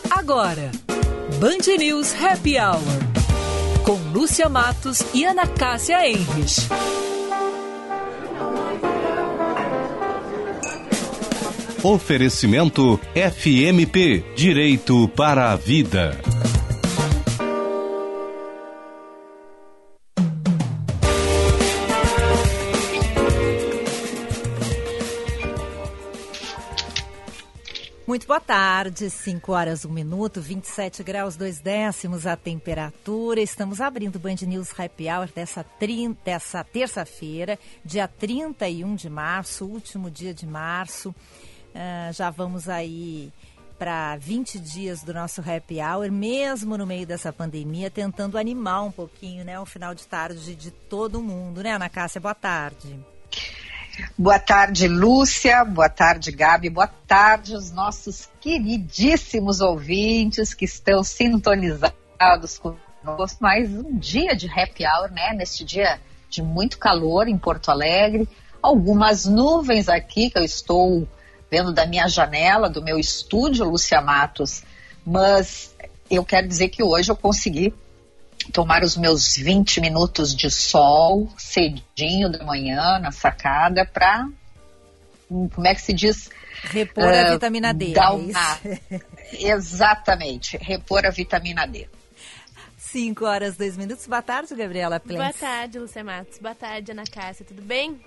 Agora, Band News Happy Hour, com Lúcia Matos e Ana Cássia Enres. Oferecimento FMP, Direito para a Vida. Muito boa tarde, 5 horas, 1 minuto, 27 graus, 2 décimos a temperatura. Estamos abrindo o Band News Happy Hour dessa terça-feira, dia 31 de março, último dia de março. Já vamos aí para 20 dias do nosso Happy Hour, mesmo no meio dessa pandemia, tentando animar um pouquinho, né, o final de tarde de todo mundo, né, Ana Cássia? Boa tarde. Boa tarde, Lúcia. Boa tarde, Gabi. Boa tarde, os nossos queridíssimos ouvintes que estão sintonizados conosco. Mais um dia de Happy Hour, né? Neste dia de muito calor em Porto Alegre. Algumas nuvens aqui que eu estou vendo da minha janela, do meu estúdio, Lúcia Matos. Mas eu quero dizer que hoje eu consegui tomar os meus 20 minutos de sol cedinho da manhã na sacada para, como é que se diz? Repor a vitamina D. Exatamente, repor a vitamina D. 5 horas, 2 minutos. Boa tarde, Gabriela Plens. Boa tarde, Lúcia Matos. Boa tarde, Ana Cássia. Tudo bem?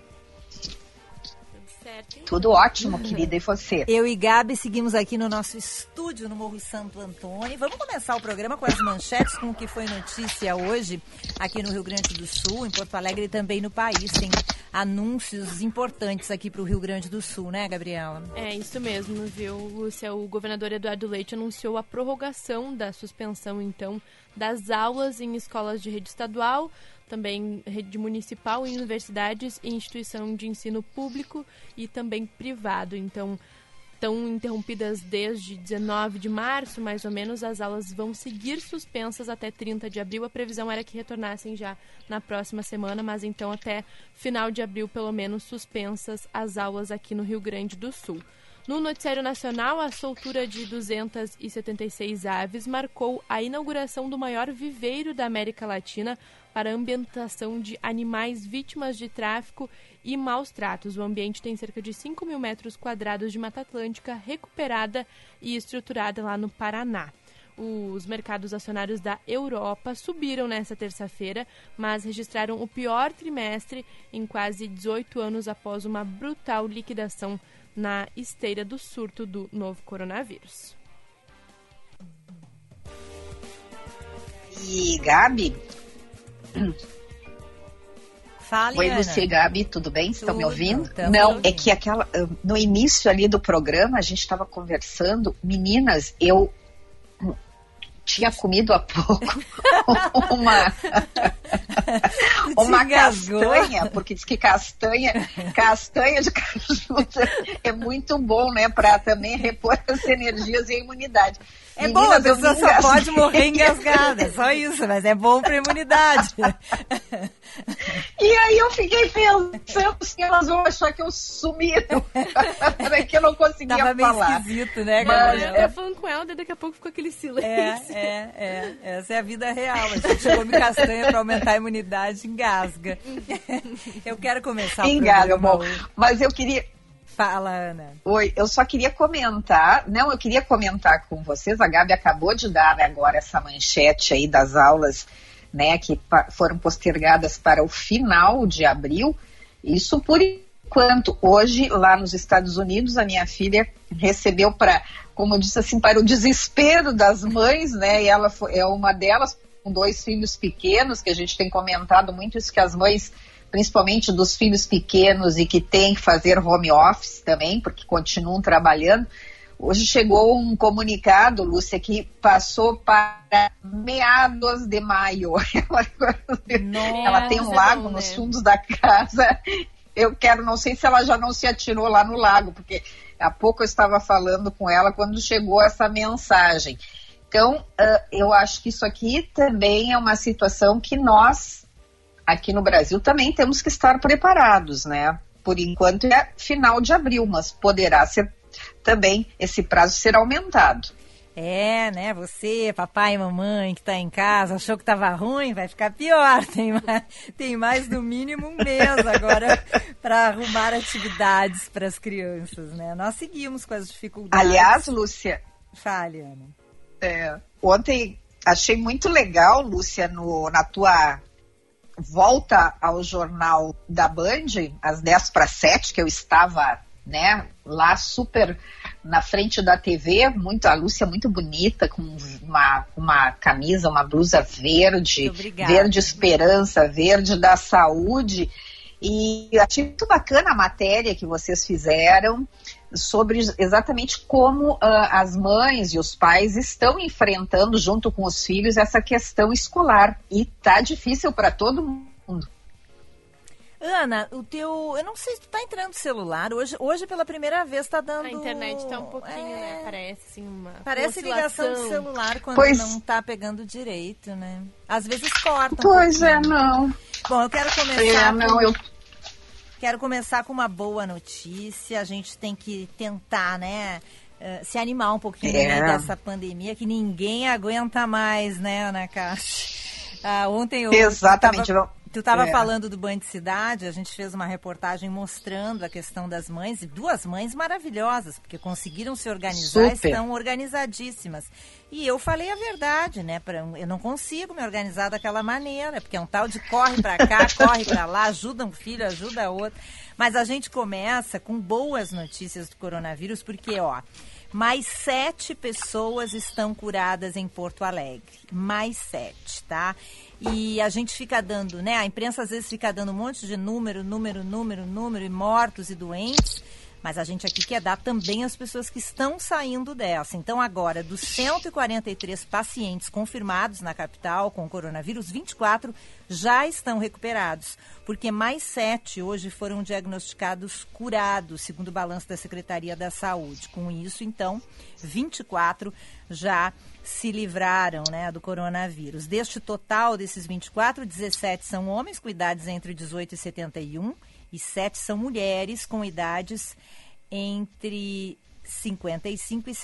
Certo. Tudo ótimo, querida, e você? Eu e Gabi seguimos aqui no nosso estúdio no Morro Santo Antônio. Vamos começar o programa com as manchetes, com o que foi notícia hoje aqui no Rio Grande do Sul, em Porto Alegre e também no país. Tem anúncios importantes aqui para o Rio Grande do Sul, né, Gabriela? É isso mesmo, viu, Lúcia? O governador Eduardo Leite anunciou a prorrogação da suspensão, então, das aulas em escolas de rede estadual, também rede municipal, em universidades e instituição de ensino público e também privado. Então, estão interrompidas desde 19 de março, mais ou menos. As aulas vão seguir suspensas até 30 de abril. A previsão era que retornassem já na próxima semana, mas então até final de abril, pelo menos, suspensas as aulas aqui no Rio Grande do Sul. No noticiário nacional, a soltura de 276 aves marcou a inauguração do maior viveiro da América Latina para a ambientação de animais vítimas de tráfico e maus tratos. O ambiente tem cerca de 5 mil metros quadrados de Mata Atlântica recuperada e estruturada lá no Paraná. Os mercados acionários da Europa subiram nesta terça-feira, mas registraram o pior trimestre em quase 18 anos após uma brutal liquidação na esteira do surto do novo coronavírus. E Gabi? Fale, Oi, Ana. Lúcia e Gabi, tudo bem? Estão me ouvindo? Não, ouvindo. É que no início ali do programa a gente estava conversando. Meninas, eu tinha comido há pouco uma castanha, porque diz que castanha de caju é muito bom, né, para também repor as energias e a imunidade. É bom, a pessoa só pode morrer engasgada, só isso, mas é bom para a imunidade. E aí eu fiquei pensando se elas vão achar que eu sumi, que eu não conseguia falar. Tava meio esquisito, né, Gabriela? Eu falando com ela, daqui a pouco ficou aquele silêncio. Essa é a vida real. A gente come castanha para aumentar a imunidade, engasga. Eu quero começar o programa. Bom, mas eu queria... Fala, Ana. Oi, eu só queria comentar, eu queria comentar com vocês, a Gabi acabou de dar agora essa manchete aí das aulas, né, que foram postergadas para o final de abril. Isso por enquanto. Hoje, lá nos Estados Unidos, a minha filha recebeu como eu disse assim, para o desespero das mães, né, e ela é uma delas, com 2 filhos pequenos, que a gente tem comentado muito isso, que as mães, principalmente dos filhos pequenos e que têm que fazer home office também, porque continuam trabalhando. Hoje chegou um comunicado, Lúcia, que passou para meados de maio. Ela tem um lago nos fundos da casa. Não sei se ela já não se atirou lá no lago, porque há pouco eu estava falando com ela quando chegou essa mensagem. Então, eu acho que isso aqui também é uma situação que nós, aqui no Brasil, também temos que estar preparados, né? Por enquanto é final de abril, mas poderá ser também esse prazo ser aumentado. Né? Você, papai e mamãe que tá em casa, achou que tava ruim, vai ficar pior. Tem mais no mínimo um mês agora para arrumar atividades para as crianças, né? Nós seguimos com as dificuldades. Aliás, Lúcia... Fale, Ana. Ontem achei muito legal, Lúcia, na tua volta ao Jornal da Band, às 6:50, que eu estava, né, lá super na frente da TV, a Lúcia muito bonita, com uma camisa, uma blusa verde, verde esperança, verde da saúde, e achei muito bacana a matéria que vocês fizeram sobre exatamente como as mães e os pais estão enfrentando junto com os filhos essa questão escolar, e tá difícil para todo mundo. Ana, eu não sei se tu tá entrando no celular, hoje pela primeira vez tá dando... A internet tá um pouquinho, né, parece assim Parece ligação de celular quando não tá pegando direito, né? Às vezes corta não. Bom, eu quero começar Quero começar com uma boa notícia. A gente tem que tentar, né, se animar um pouquinho dessa pandemia que ninguém aguenta mais, né, Ana Cássia? Ontem Exatamente. Tu estava falando do Banho de Cidade, a gente fez uma reportagem mostrando a questão das mães, e 2 mães maravilhosas, porque conseguiram se organizar, estão organizadíssimas. E eu falei a verdade, né? Eu não consigo me organizar daquela maneira, porque é um tal de corre para cá, corre para lá, ajuda um filho, ajuda outro. Mas a gente começa com boas notícias do coronavírus, porque, mais 7 pessoas estão curadas em Porto Alegre. Mais 7, tá? E a gente fica dando, né? A imprensa às vezes fica dando um monte de número, e mortos e doentes. Mas a gente aqui quer dar também as pessoas que estão saindo dessa. Então agora, dos 143 pacientes confirmados na capital com coronavírus, 24 já estão recuperados. Porque mais 7 hoje foram diagnosticados curados, segundo o balanço da Secretaria da Saúde. Com isso, então, 24 já se livraram, né, do coronavírus. Deste total desses 24, 17 são homens com idades entre 18 e 71 e 7 são mulheres com idades entre 55 e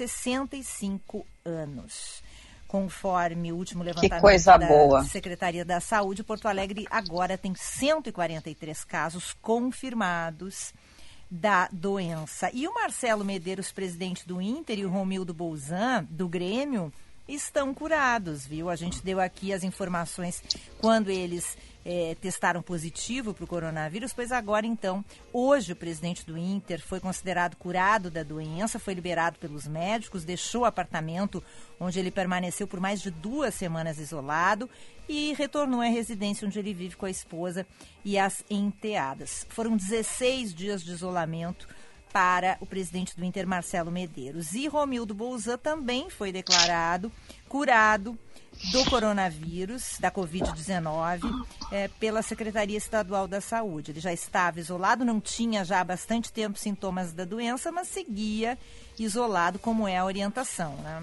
65 anos. Conforme o último levantamento da Secretaria da Saúde, Porto Alegre agora tem 143 casos confirmados da doença. E o Marcelo Medeiros, presidente do Inter, e o Romildo Bolzan, do Grêmio, estão curados, viu? A gente deu aqui as informações quando eles testaram positivo para o coronavírus, pois agora, então, hoje o presidente do Inter foi considerado curado da doença, foi liberado pelos médicos, deixou o apartamento onde ele permaneceu por mais de 2 semanas isolado e retornou à residência onde ele vive com a esposa e as enteadas. Foram 16 dias de isolamento para o presidente do Inter, Marcelo Medeiros. E Romildo Bolzan também foi declarado curado do coronavírus, da Covid-19, pela Secretaria Estadual da Saúde. Ele já estava isolado, não tinha já há bastante tempo sintomas da doença, mas seguia isolado, como é a orientação, né?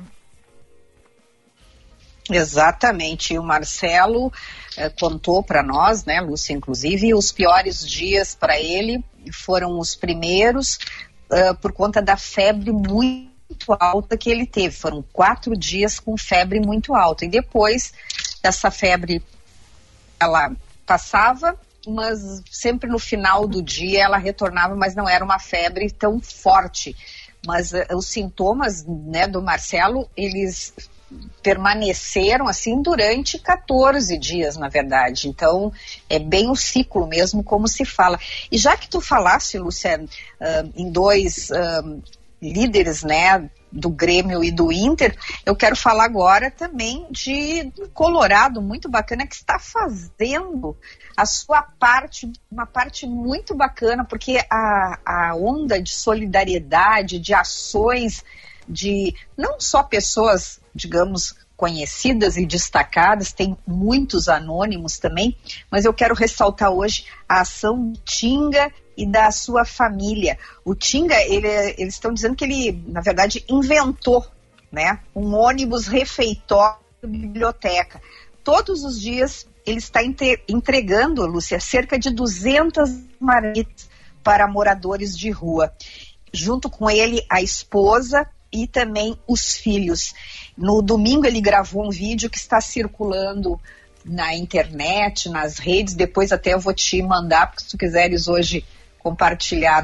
Exatamente, e o Marcelo contou para nós, né, Lúcia, inclusive, os piores dias para ele foram os primeiros por conta da febre muito alta que ele teve. Foram 4 dias com febre muito alta, e depois dessa febre ela passava, mas sempre no final do dia ela retornava, mas não era uma febre tão forte. Mas os sintomas, né, do Marcelo, eles permaneceram assim durante 14 dias, na verdade. Então, é bem o ciclo mesmo, como se fala. E já que tu falasse, Lúcia, em 2 líderes, né, do Grêmio e do Inter, eu quero falar agora também de Colorado, muito bacana, que está fazendo a sua parte, uma parte muito bacana, porque a onda de solidariedade, de ações, de não só pessoas, digamos, conhecidas e destacadas, tem muitos anônimos também, mas eu quero ressaltar hoje a ação do Tinga e da sua família. O Tinga, eles estão dizendo que ele, na verdade, inventou, né, um ônibus refeitório de biblioteca. Todos os dias ele está entregando, Lúcia, cerca de 200 marmitas para moradores de rua. Junto com ele, a esposa e também os filhos. No domingo ele gravou um vídeo que está circulando na internet, nas redes, depois até eu vou te mandar, porque se tu quiseres hoje compartilhar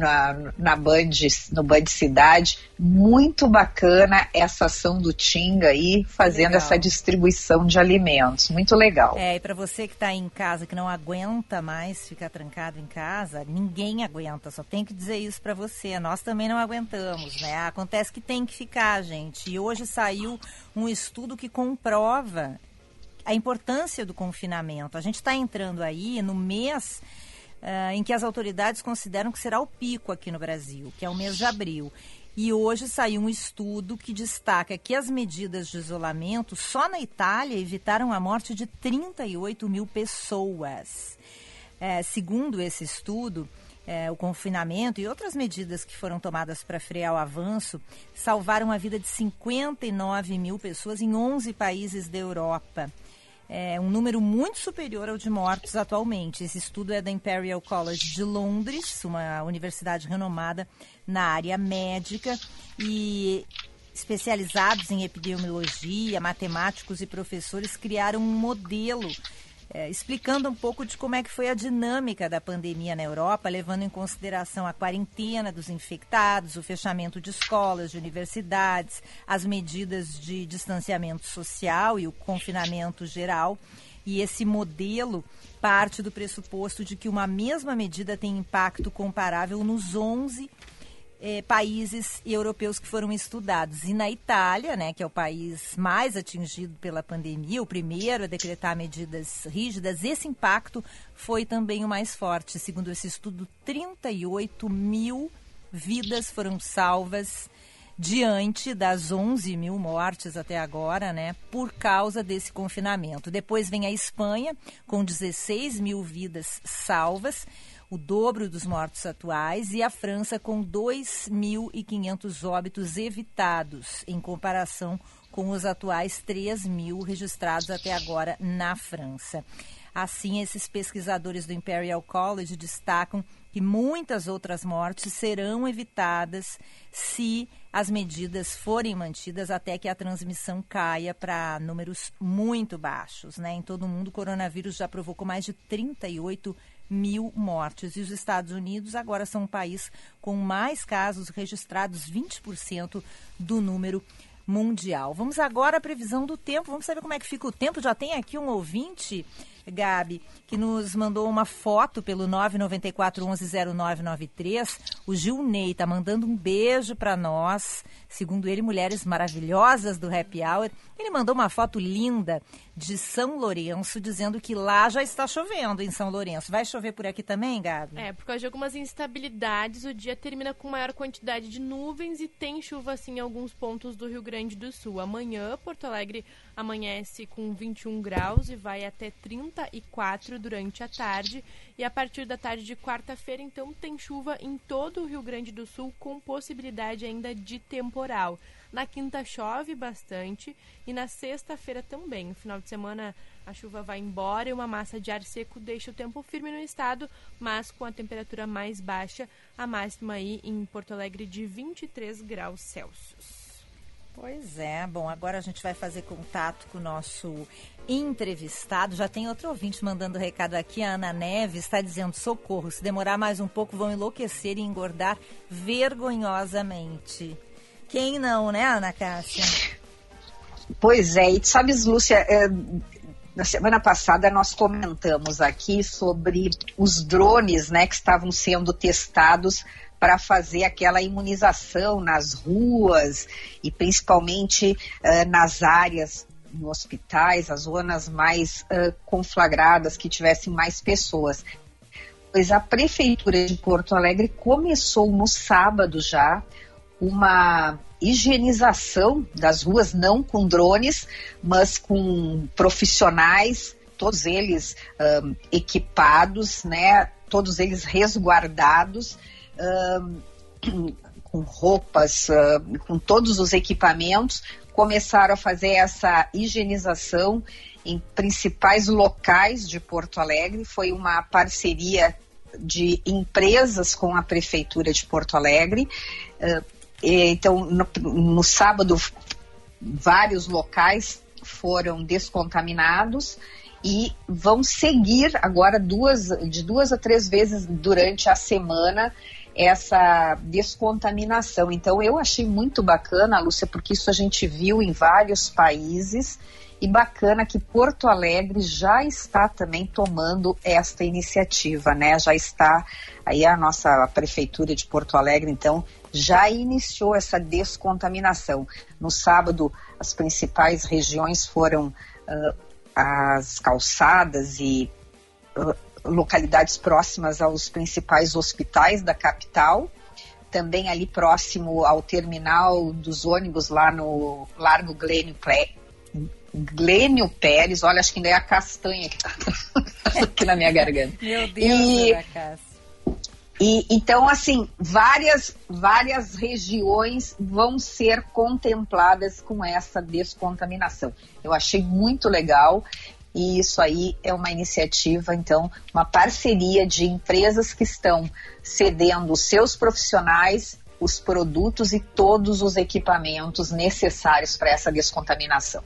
na Band, no Band Cidade. Muito bacana essa ação do Tinga aí, fazendo legal essa distribuição de alimentos. Muito legal. E para você que está aí em casa, que não aguenta mais ficar trancado em casa, ninguém aguenta, só tem que dizer isso para você. Nós também não aguentamos, né? Acontece que tem que ficar, gente. E hoje saiu um estudo que comprova a importância do confinamento. A gente está entrando aí no mês em que as autoridades consideram que será o pico aqui no Brasil, que é o mês de abril. E hoje saiu um estudo que destaca que as medidas de isolamento só na Itália evitaram a morte de 38 mil pessoas. Segundo esse estudo, o confinamento e outras medidas que foram tomadas para frear o avanço salvaram a vida de 59 mil pessoas em 11 países da Europa. É um número muito superior ao de mortos atualmente. Esse estudo é da Imperial College de Londres, uma universidade renomada na área médica, e especializados em epidemiologia, matemáticos e professores criaram um modelo explicando um pouco de como é que foi a dinâmica da pandemia na Europa, levando em consideração a quarentena dos infectados, o fechamento de escolas, de universidades, as medidas de distanciamento social e o confinamento geral. E esse modelo parte do pressuposto de que uma mesma medida tem impacto comparável nos 11 países europeus que foram estudados. E na Itália, né, que é o país mais atingido pela pandemia, o primeiro a decretar medidas rígidas, esse impacto foi também o mais forte. Segundo esse estudo, 38 mil vidas foram salvas diante das 11 mil mortes até agora, né, por causa desse confinamento. Depois vem a Espanha, com 16 mil vidas salvas, o dobro dos mortos atuais, e a França com 2.500 óbitos evitados, em comparação com os atuais 3 mil registrados até agora na França. Assim, esses pesquisadores do Imperial College destacam que muitas outras mortes serão evitadas se as medidas forem mantidas até que a transmissão caia para números muito baixos, né? Em todo o mundo, o coronavírus já provocou mais de 38 mil mortes. E os Estados Unidos agora são um país com mais casos registrados, 20% do número mundial. Vamos agora à previsão do tempo. Vamos saber como é que fica o tempo. Já tem aqui um ouvinte, Gabi, que nos mandou uma foto pelo 994-110993. O Gilney está mandando um beijo para nós. Segundo ele, mulheres maravilhosas do Happy Hour. Ele mandou uma foto linda de São Lourenço, dizendo que lá já está chovendo em São Lourenço. Vai chover por aqui também, Gabi? Por causa de algumas instabilidades, o dia termina com maior quantidade de nuvens e tem chuva, assim, em alguns pontos do Rio Grande do Sul. Amanhã, Porto Alegre amanhece com 21 graus e vai até 34 durante a tarde. E a partir da tarde de quarta-feira, então, tem chuva em todo o Rio Grande do Sul, com possibilidade ainda de temporal. Na quinta chove bastante e na sexta-feira também. No final de semana a chuva vai embora e uma massa de ar seco deixa o tempo firme no estado, mas com a temperatura mais baixa, a máxima aí em Porto Alegre de 23 graus Celsius. Pois é. Bom, agora a gente vai fazer contato com o nosso entrevistado. Já tem outro ouvinte mandando recado aqui. A Ana Neves está dizendo: socorro, se demorar mais um pouco vão enlouquecer e engordar vergonhosamente. Quem não, né, Ana Cássia? Pois é, e sabes, Lúcia, na semana passada nós comentamos aqui sobre os drones, né, que estavam sendo testados para fazer aquela imunização nas ruas e principalmente nas áreas, nos hospitais, as zonas mais conflagradas, que tivessem mais pessoas. Pois a Prefeitura de Porto Alegre começou no sábado já uma higienização das ruas, não com drones, mas com profissionais, todos eles equipados, né, todos eles resguardados, com roupas, com todos os equipamentos. Começaram a fazer essa higienização em principais locais de Porto Alegre. Foi uma parceria de empresas com a Prefeitura de Porto Alegre. Então, no sábado, vários locais foram descontaminados e vão seguir agora de 2 a 3 vezes durante a semana essa descontaminação. Então, eu achei muito bacana, Lúcia, porque isso a gente viu em vários países, e bacana que Porto Alegre já está também tomando esta iniciativa, né? Já está aí a nossa prefeitura de Porto Alegre, então, já iniciou essa descontaminação. No sábado, as principais regiões foram as calçadas e localidades próximas aos principais hospitais da capital, também ali próximo ao terminal dos ônibus lá no Largo Glênio Pérez. Olha, acho que ainda é a castanha que está aqui na minha garganta. Meu Deus, Cássia. E então, assim, várias regiões vão ser contempladas com essa descontaminação. Eu achei muito legal. E isso aí é uma iniciativa, então, uma parceria de empresas que estão cedendo os seus profissionais, os produtos e todos os equipamentos necessários para essa descontaminação.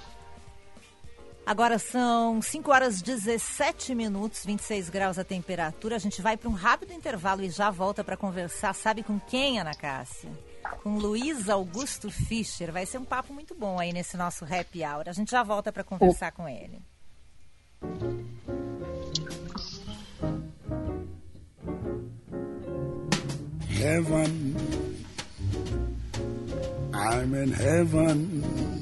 Agora são 5 horas 17 minutos, 26 graus a temperatura. A gente vai para um rápido intervalo e já volta para conversar. Sabe com quem, Ana Cássia? Com Luiz Augusto Fischer. Vai ser um papo muito bom aí nesse nosso happy hour. A gente já volta para conversar com ele. Heaven, I'm in heaven,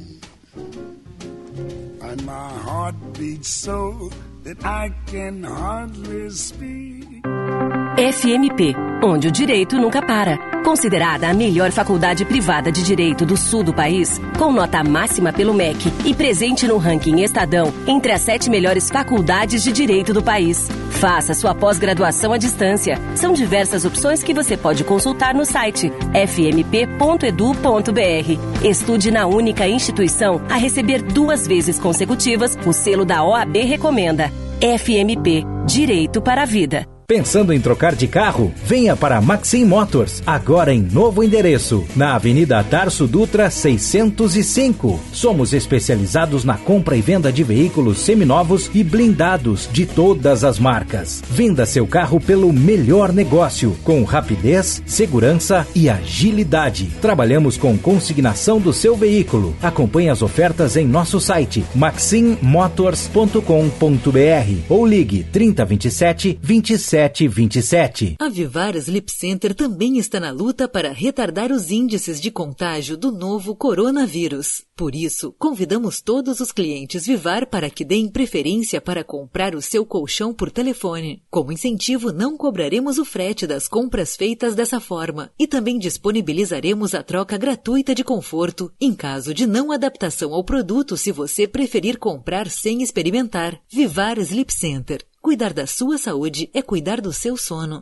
and my heart beats so that I can hardly speak. FMP, onde o direito nunca para. Considerada a melhor faculdade privada de direito do sul do país, com nota máxima pelo MEC e presente no ranking Estadão entre as 7 melhores faculdades de direito do país. Faça sua pós-graduação à distância. São diversas opções que você pode consultar no site fmp.edu.br. Estude na única instituição a receber 2 vezes consecutivas o selo da OAB Recomenda. FMP, Direito para a Vida. Pensando em trocar de carro? Venha para a Maxim Motors, agora em novo endereço, na Avenida Tarso Dutra 605. Somos especializados na compra e venda de veículos seminovos e blindados de todas as marcas. Venda seu carro pelo melhor negócio, com rapidez, segurança e agilidade. Trabalhamos com consignação do seu veículo. Acompanhe as ofertas em nosso site maximmotors.com.br ou ligue 3027 2727. A Vivar Sleep Center também está na luta para retardar os índices de contágio do novo coronavírus. Por isso, convidamos todos os clientes Vivar para que deem preferência para comprar o seu colchão por telefone. Como incentivo, não cobraremos o frete das compras feitas dessa forma e também disponibilizaremos a troca gratuita de conforto em caso de não adaptação ao produto, se você preferir comprar sem experimentar. Vivar Sleep Center. Cuidar da sua saúde é cuidar do seu sono.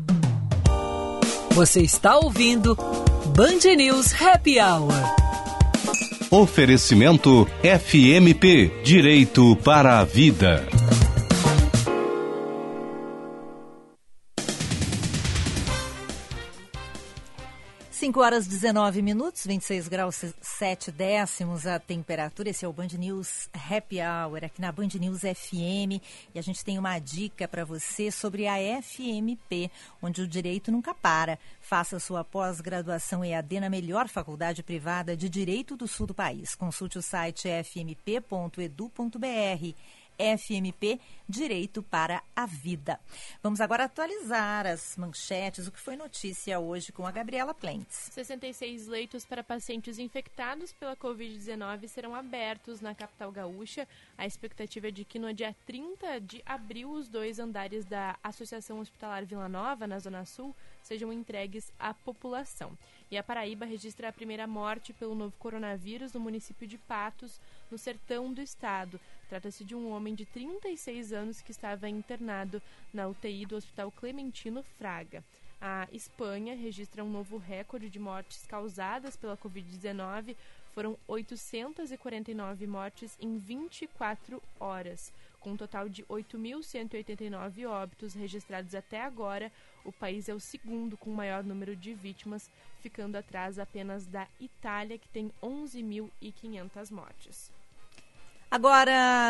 Você está ouvindo Band News Happy Hour. Oferecimento FMP, Direito para a Vida. 5 horas 19 minutos, 26 graus 7 décimos a temperatura. Esse é o Band News Happy Hour aqui na Band News FM. E a gente tem uma dica para você sobre a FMP, onde o direito nunca para. Faça sua pós-graduação EAD na melhor faculdade privada de direito do sul do país. Consulte o site fmp.edu.br. FMP, Direito para a Vida. Vamos agora atualizar as manchetes, o que foi notícia hoje com a Gabriela Plentes. 66 leitos para pacientes infectados pela Covid-19 serão abertos na capital gaúcha. A expectativa é de que no dia 30 de abril os 2 andares da Associação Hospitalar Vila Nova, na Zona Sul, sejam entregues à população. E a Paraíba registra a primeira morte pelo novo coronavírus no município de Patos, no sertão do estado. Trata-se de um homem de 36 anos que estava internado na UTI do Hospital Clementino Fraga. A Espanha registra um novo recorde de mortes causadas pela Covid-19. Foram 849 mortes em 24 horas. Com um total de 8.189 óbitos registrados até agora, o país é o segundo com maior número de vítimas, ficando atrás apenas da Itália, que tem 11.500 mortes. Agora,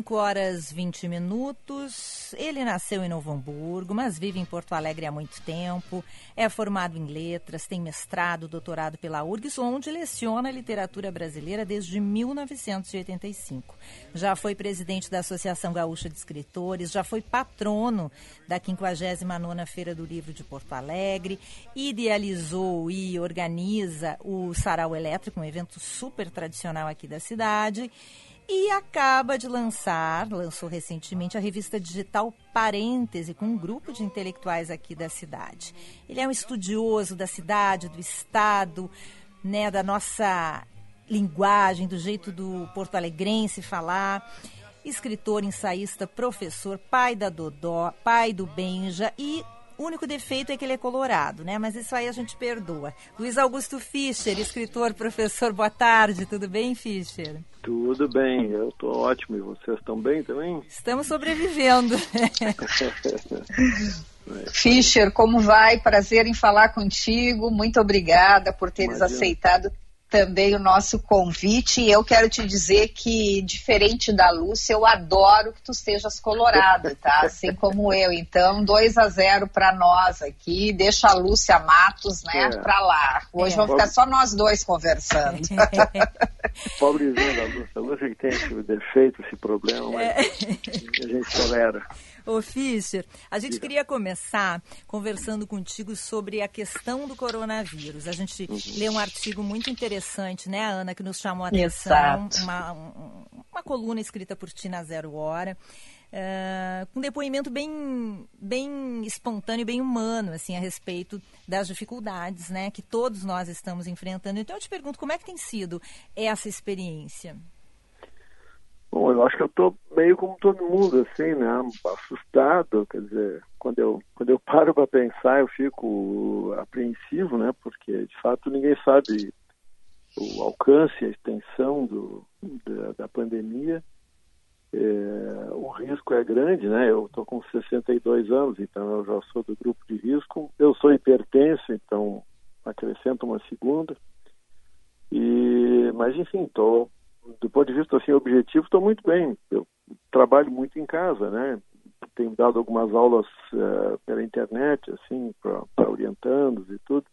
5h20. Ele nasceu em Novo Hamburgo, mas vive em Porto Alegre há muito tempo. É formado em letras, tem mestrado, doutorado pela URGS, onde leciona literatura brasileira desde 1985. Já foi presidente da Associação Gaúcha de Escritores, já foi patrono da 59ª Feira do Livro de Porto Alegre, idealizou e organiza o Sarau Elétrico, um evento super tradicional aqui da cidade. E acaba de lançou recentemente a revista digital Parêntese, com um grupo de intelectuais aqui da cidade. Ele é um estudioso da cidade, do estado, né, da nossa linguagem, do jeito do porto-alegrense falar. Escritor, ensaísta, professor, pai da Dodó, pai do Benja e... O único defeito é que ele é colorado, né? Mas isso aí a gente perdoa. Luiz Augusto Fischer, escritor, professor, boa tarde. Tudo bem, Fischer? Tudo bem, eu estou ótimo. E vocês estão bem também? Estamos sobrevivendo. Fischer, como vai? Prazer em falar contigo. Muito obrigada por teres aceitado também o nosso convite. E eu quero te dizer que, diferente da Lúcia, eu adoro que tu estejas colorado, tá? Assim como eu. Então, 2-0 para nós aqui. Deixa a Lúcia Matos, né, para lá. Hoje vamos ficar só nós dois conversando. Pobrezinha da Lúcia. A Lúcia que tem esse defeito, esse problema, mas a gente tolera. Ô Fischer, a gente queria começar conversando contigo sobre a questão do coronavírus. A gente leu um artigo muito interessante, né, Ana, que nos chamou a atenção, uma coluna escrita por ti na Zero Hora, com um depoimento bem espontâneo, bem humano, assim, a respeito das dificuldades, né, que todos nós estamos enfrentando. Então eu te pergunto, como é que tem sido essa experiência? Bom, eu acho que eu estou meio como todo mundo, assim, né, assustado, quer dizer, quando eu paro para pensar eu fico apreensivo, né, porque de fato ninguém sabe o alcance, a extensão da pandemia, o risco é grande, né, eu estou com 62 anos, então eu já sou do grupo de risco, eu sou hipertenso, então acrescento uma segunda, mas enfim, do ponto de vista assim, objetivo, estou muito bem. Eu trabalho muito em casa, né? Tenho dado algumas aulas pela internet, assim, para orientandos e tudo.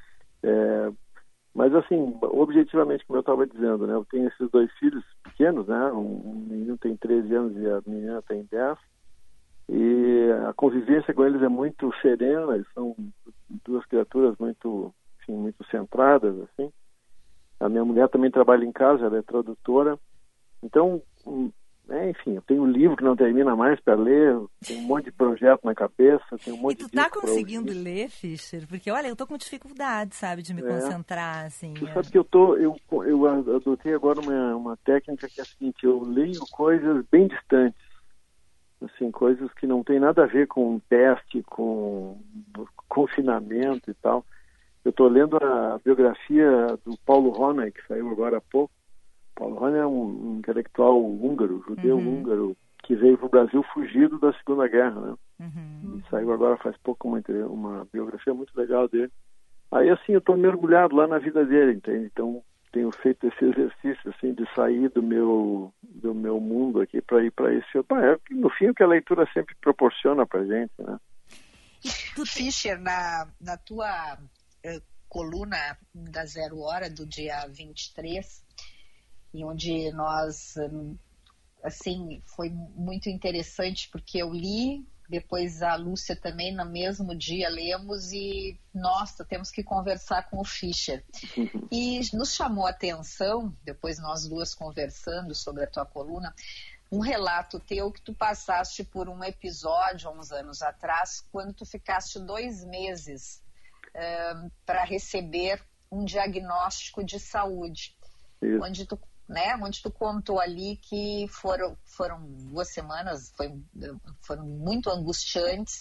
Mas assim, objetivamente, como eu estava dizendo, né? Eu tenho esses dois filhos pequenos, né? Um menino tem 13 anos e a menina tem 10. E a convivência com eles é muito serena. Eles são duas criaturas muito centradas, assim. A minha mulher também trabalha em casa, ela é tradutora. Então, enfim, eu tenho um livro que não termina mais para ler, tenho um monte de projeto na cabeça, tenho um monte de... E tu tá conseguindo ler, Fischer? Porque, olha, eu tô com dificuldade, sabe, de me concentrar, assim. Tu sabe que eu adotei agora uma técnica que é a seguinte, eu leio coisas bem distantes, assim, coisas que não tem nada a ver com teste, com confinamento e tal. Eu estou lendo a biografia do Paulo Ronay, que saiu agora há pouco. Paulo Ronay é um intelectual húngaro, judeu-húngaro, que veio para o Brasil fugido da Segunda Guerra, né? E saiu agora faz pouco uma biografia muito legal dele. Aí, assim, eu estou mergulhado lá na vida dele, entende? Então, tenho feito esse exercício, assim, de sair do meu mundo aqui para ir para esse outro. No fim, o que a leitura sempre proporciona para a gente, né? Fischer, na tua... coluna da Zero Hora do dia 23, em onde nós, assim, foi muito interessante porque eu li, depois a Lúcia também no mesmo dia lemos e, nossa, temos que conversar com o Fischer. E nos chamou a atenção, depois nós duas conversando sobre a tua coluna, um relato teu que tu passaste por um episódio há uns anos atrás, quando tu ficaste 2 meses para receber um diagnóstico de saúde, onde tu contou ali que foram 2 semanas, foram muito angustiantes,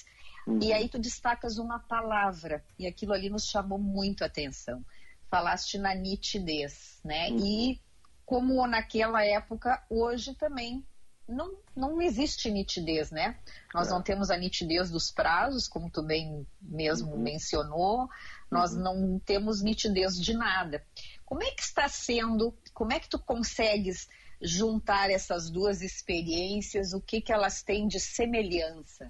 E aí tu destacas uma palavra, e aquilo ali nos chamou muito a atenção. Falaste na nitidez, né? E como naquela época, hoje também não existe nitidez, né? Nós não temos a nitidez dos prazos, como tu bem mesmo mencionou, nós não temos nitidez de nada. Como é que está sendo, como é que tu consegues juntar essas duas experiências, o que elas têm de semelhança?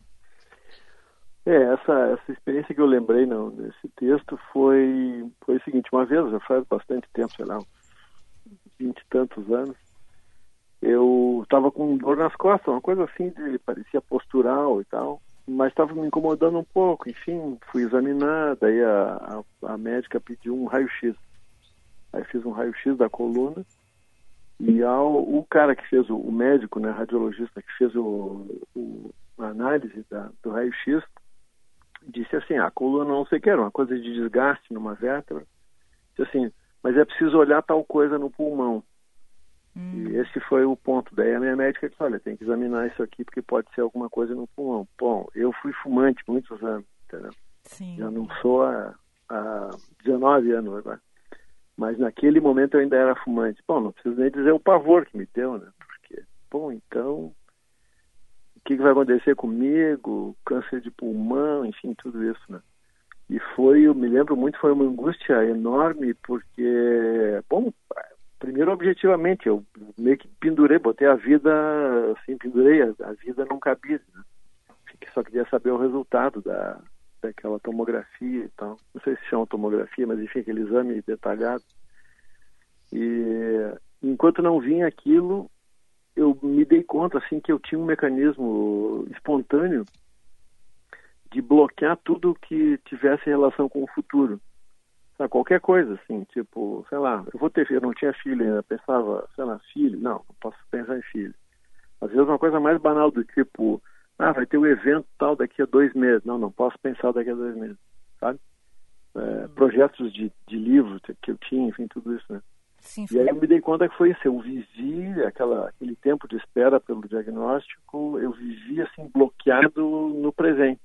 Essa experiência que eu lembrei nesse texto foi o seguinte: uma vez, já faz bastante tempo, sei lá, 20 e tantos anos, eu estava com dor nas costas, uma coisa assim, parecia postural e tal, mas estava me incomodando um pouco. Enfim, fui examinar, daí a médica pediu um raio-x. Aí fiz um raio-x da coluna, e o cara que fez, o médico, né, radiologista, que fez a análise do raio-x, disse assim: a coluna não sei o que, era uma coisa de desgaste numa vértebra. Disse assim, mas é preciso olhar tal coisa no pulmão. E esse foi o ponto. Daí a minha médica disse: olha, tem que examinar isso aqui porque pode ser alguma coisa no pulmão. Bom, eu fui fumante muitos anos, entendeu? Sim. Já não sou há 19 anos agora. Mas naquele momento eu ainda era fumante. Bom, não preciso nem dizer o pavor que me deu, né? Porque, bom, então, o que vai acontecer comigo? Câncer de pulmão, enfim, tudo isso, né? E eu me lembro muito, foi uma angústia enorme, porque, bom, primeiro, objetivamente, eu meio que botei a vida, assim, pendurei a vida num cabide, né? Só queria saber o resultado daquela tomografia e tal. Não sei se chama tomografia, mas enfim, aquele exame detalhado. E enquanto não vinha aquilo, eu me dei conta, assim, que eu tinha um mecanismo espontâneo de bloquear tudo que tivesse relação com o futuro. Sabe, qualquer coisa, assim, tipo, sei lá, eu não tinha filho ainda, pensava, sei lá, filho, não posso pensar em filho. Às vezes uma coisa mais banal do tipo, vai ter um evento tal daqui a 2 meses. Não posso pensar daqui a 2 meses, sabe? Projetos de livro que eu tinha, enfim, tudo isso, né? Sim, e aí eu me dei conta que foi isso, eu vivi aquele tempo de espera pelo diagnóstico, eu vivi, assim, bloqueado no presente.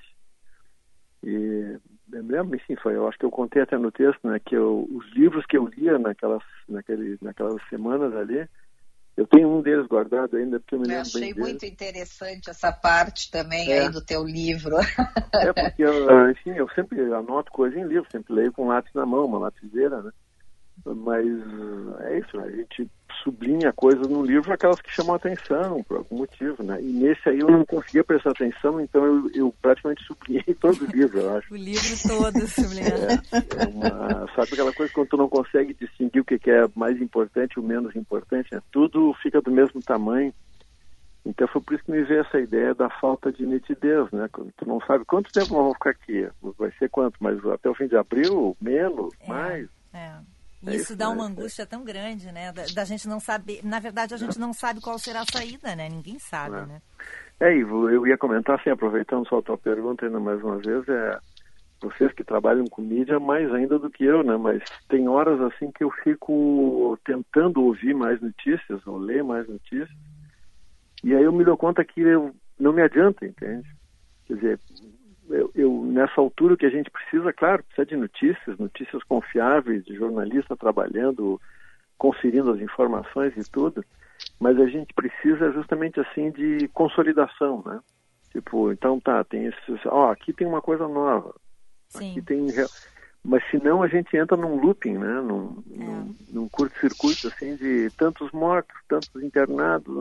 E eu me lembro, enfim, eu acho que eu contei até no texto, né, que os livros que eu lia naquelas semanas ali, eu tenho um deles guardado ainda, porque eu me lembro bem dele. Achei muito interessante essa parte também aí do teu livro. Porque, enfim, eu sempre anoto coisa em livro, sempre leio com lápis na mão, uma lapiseira, né? Mas é isso, né? A gente sublinha coisas no livro, aquelas que chamam a atenção por algum motivo, né? E nesse aí eu não conseguia prestar atenção, então eu praticamente sublinhei todo o livro, eu acho. O livro todo sublinhado. Sabe aquela coisa quando tu não consegue distinguir o que é mais importante e o menos importante, né? Tudo fica do mesmo tamanho. Então foi por isso que me veio essa ideia da falta de nitidez, né? Quando tu não sabe quanto tempo nós vamos ficar aqui, vai ser quanto, mas até o fim de abril, menos, mais. Isso dá uma angústia tão grande, né? Da gente não saber. Na verdade, a gente não sabe qual será a saída, né? Ninguém sabe, né? Ivo, eu ia comentar, assim, aproveitando só a tua pergunta ainda mais uma vez, vocês que trabalham com mídia mais ainda do que eu, né? Mas tem horas, assim, que eu fico tentando ouvir mais notícias, ou ler mais notícias, e aí eu me dou conta que não me adianta, entende? Quer dizer, eu nessa altura o que a gente precisa, claro, precisa de notícias confiáveis, de jornalista trabalhando, conferindo as informações e tudo, mas a gente precisa justamente assim de consolidação, né? Tipo, então tem esses, aqui tem uma coisa nova, Sim. Aqui tem, mas senão a gente entra num looping, né? Num curto-circuito assim de tantos mortos, tantos internados,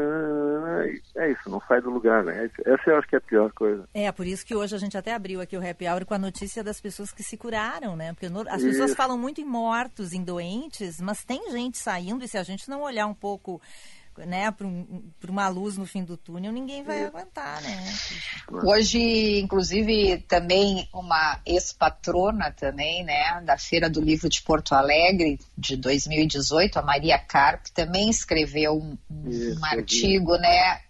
é isso, não sai do lugar, né? Essa eu acho que é a pior coisa. Por isso que hoje a gente até abriu aqui o Happy Hour com a notícia das pessoas que se curaram, né? Porque as pessoas falam muito em mortos, em doentes, mas tem gente saindo, e se a gente não olhar um pouco, né, para uma luz no fim do túnel, ninguém vai aguentar, né? Hoje, inclusive, também uma ex-patrona também, né, da Feira do Livro de Porto Alegre, de 2018, a Maria Carp, também escreveu um artigo, né,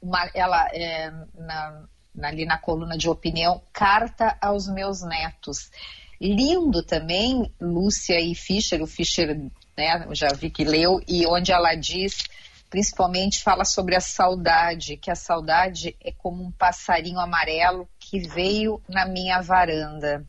ali na coluna de opinião, Carta aos Meus Netos. Lindo também, Lúcia e Fischer, o Fischer, né, eu já vi que leu, e onde ela diz... Principalmente fala sobre a saudade, que a saudade é como um passarinho amarelo que veio na minha varanda,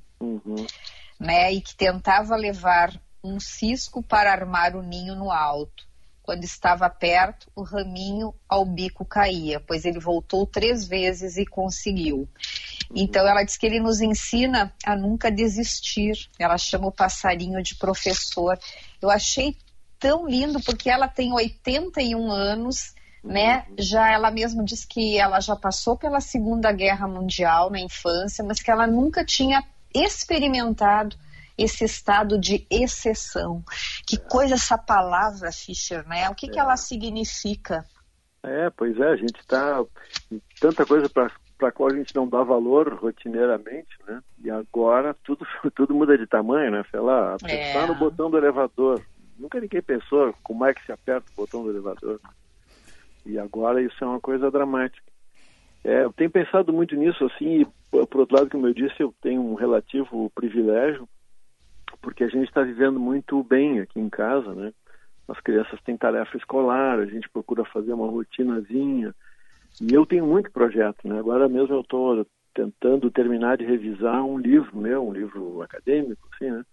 né? E que tentava levar um cisco para armar o ninho no alto. Quando estava perto, o raminho ao bico caía, pois ele voltou 3 vezes e conseguiu. Então, ela diz que ele nos ensina a nunca desistir. Ela chama o passarinho de professor. Eu achei tão lindo, porque ela tem 81 anos, né? Ela mesma diz que ela já passou pela Segunda Guerra Mundial na infância, mas que ela nunca tinha experimentado esse estado de exceção. Que coisa essa palavra, Fischer, né? O que ela significa? Pois é, a gente está... Tanta coisa para a qual a gente não dá valor rotineiramente, né? E agora tudo muda de tamanho, né? Sei lá, apertar no botão do elevador. Nunca ninguém pensou como é que se aperta o botão do elevador. E agora isso é uma coisa dramática. Eu tenho pensado muito nisso, assim, e por outro lado, como eu disse, eu tenho um relativo privilégio, porque a gente está vivendo muito bem aqui em casa, né? As crianças têm tarefa escolar, a gente procura fazer uma rotinazinha. E eu tenho muito projeto, né? Agora mesmo eu estou tentando terminar de revisar um livro meu, um livro acadêmico, assim, né?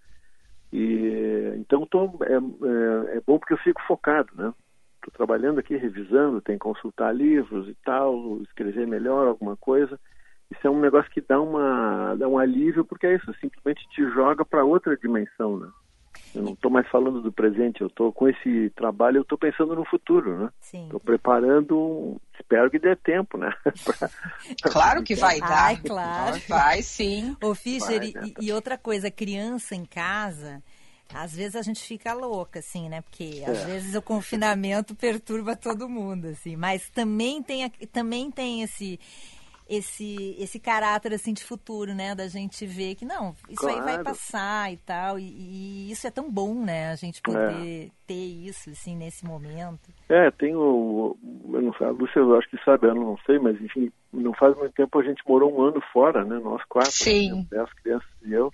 E então é bom porque eu fico focado, né? Estou trabalhando aqui, revisando, tem que consultar livros e tal, escrever melhor alguma coisa. Isso é um negócio que dá um alívio, porque é isso, simplesmente te joga para outra dimensão, né? Eu não estou mais falando do presente, eu estou com esse trabalho, eu estou pensando no futuro, né? Estou preparando, espero que dê tempo, né? Claro que vai dar. Ai, claro. Vai sim. Ô, Fischer, e outra coisa, criança em casa, às vezes a gente fica louca, assim, né? Porque às vezes o confinamento perturba todo mundo, assim. Mas também tem esse caráter, assim, de futuro, né? Da gente ver que, não, isso aí vai passar e tal. E isso é tão bom, né? A gente poder ter isso, assim, nesse momento. Eu não sei, a Lúcia, eu acho que sabe, eu não sei, mas, enfim, não faz muito tempo a gente morou 1 ano fora, né? Nós 4, Sim. 10 crianças e eu.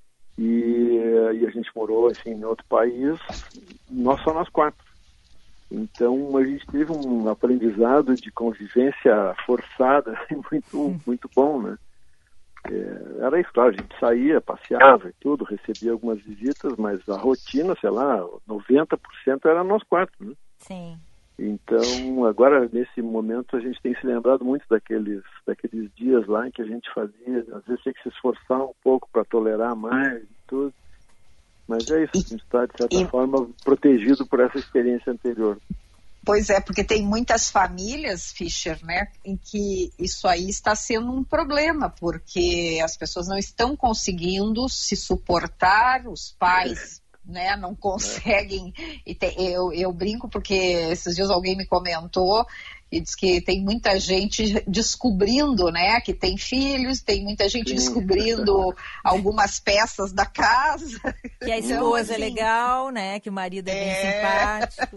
E a gente morou, assim, em outro país, só nós 4. Então, a gente teve um aprendizado de convivência forçada muito bom, né? Era isso, claro, a gente saía, passeava e tudo, recebia algumas visitas, mas a rotina, sei lá, 90% era nós 4, né? Sim. Então, agora, nesse momento, a gente tem se lembrado muito daqueles dias lá em que a gente fazia, às vezes tinha que se esforçar um pouco para tolerar mais e tudo. Mas é isso, a gente está, de certa forma, protegido por essa experiência anterior. Pois é, porque tem muitas famílias, Fischer, né, em que isso aí está sendo um problema, porque as pessoas não estão conseguindo se suportar, os pais, né, não conseguem. Eu brinco porque esses dias alguém me comentou e diz que tem muita gente descobrindo, né, que tem filhos, tem muita gente descobrindo algumas peças da casa. Que a esposa é legal, né, que o marido é bem simpático.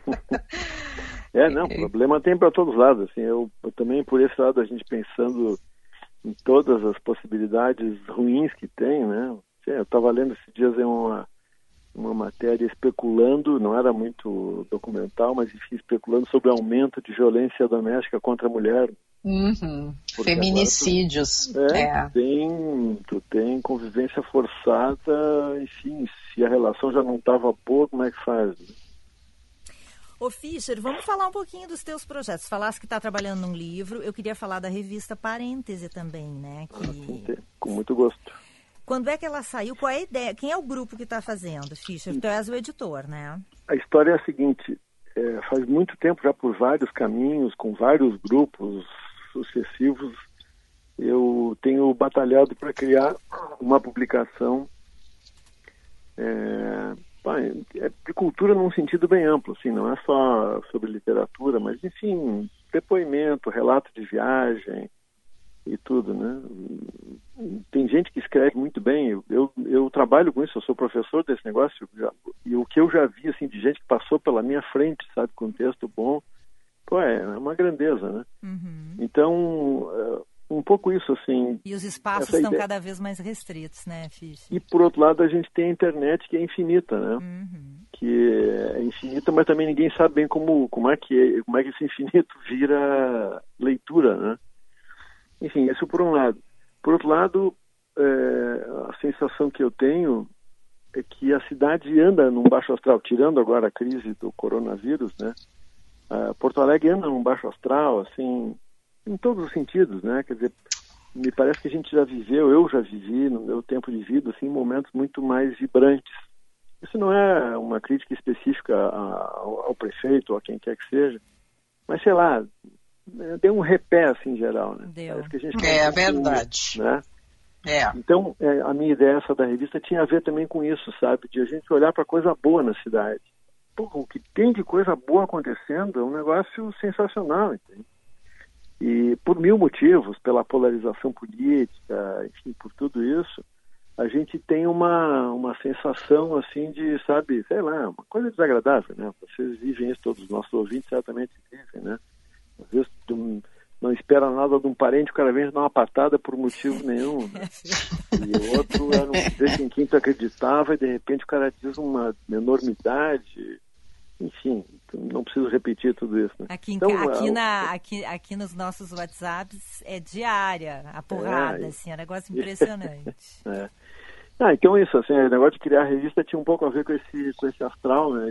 O problema tem para todos os lados, assim, eu também por esse lado, a gente pensando em todas as possibilidades ruins que tem, né, eu estava lendo esses dias uma matéria especulando, não era muito documental, mas enfim, especulando sobre o aumento de violência doméstica contra a mulher. Feminicídios. Tu tem convivência forçada, enfim, se a relação já não estava boa, como é que faz? Ô Fischer, vamos falar um pouquinho dos teus projetos. Falaste que está trabalhando num livro, eu queria falar da revista Parêntese também, né? Com muito gosto. Quando é que ela saiu? Qual é a ideia? Quem é o grupo que está fazendo, Fischer? Tu és o editor, né? A história é a seguinte, faz muito tempo já por vários caminhos, com vários grupos sucessivos, eu tenho batalhado para criar uma publicação de cultura num sentido bem amplo, assim, não é só sobre literatura, mas enfim, depoimento, relato de viagem e tudo, né? Tem gente que escreve muito bem, eu trabalho com isso, eu sou professor desse negócio, e o que eu já vi, assim, de gente que passou pela minha frente, sabe, com texto bom, é uma grandeza, né? Então, um pouco isso, assim... E os espaços estão cada vez mais restritos, né, Fischer? E, por outro lado, a gente tem a internet, que é infinita, né? Que é infinita, mas também ninguém sabe bem como é que esse infinito vira leitura, né? Enfim, isso por um lado. Por outro lado, a sensação que eu tenho é que a cidade anda num baixo astral, tirando agora a crise do coronavírus, né? Porto Alegre anda num baixo astral, assim, em todos os sentidos, né? Quer dizer, me parece que a gente já viveu, eu já vivi no meu tempo de vida, assim, momentos muito mais vibrantes. Isso não é uma crítica específica ao prefeito ou a quem quer que seja, mas sei lá, deu um repé, assim, em geral, né? Deu. Parece que a gente verdade. Né? Então, a minha ideia essa da revista tinha a ver também com isso, sabe? De a gente olhar para coisa boa na cidade. Porra, o que tem de coisa boa acontecendo é um negócio sensacional, entende? E por mil motivos, pela polarização política, enfim, por tudo isso, a gente tem uma sensação, assim, de, sabe, sei lá, uma coisa desagradável, né? Vocês vivem isso, todos os nossos ouvintes certamente vivem, né? Às vezes não espera nada de um parente, o cara vem dar uma patada por motivo nenhum, né? E o outro era um sujeito em quem tu acreditava e de repente o cara diz uma enormidade. Enfim, não preciso repetir tudo isso, né? Aqui nos nossos WhatsApps é diária a porrada, assim, é um negócio impressionante. Então isso, assim, o negócio de criar a revista tinha um pouco a ver com esse astral, né?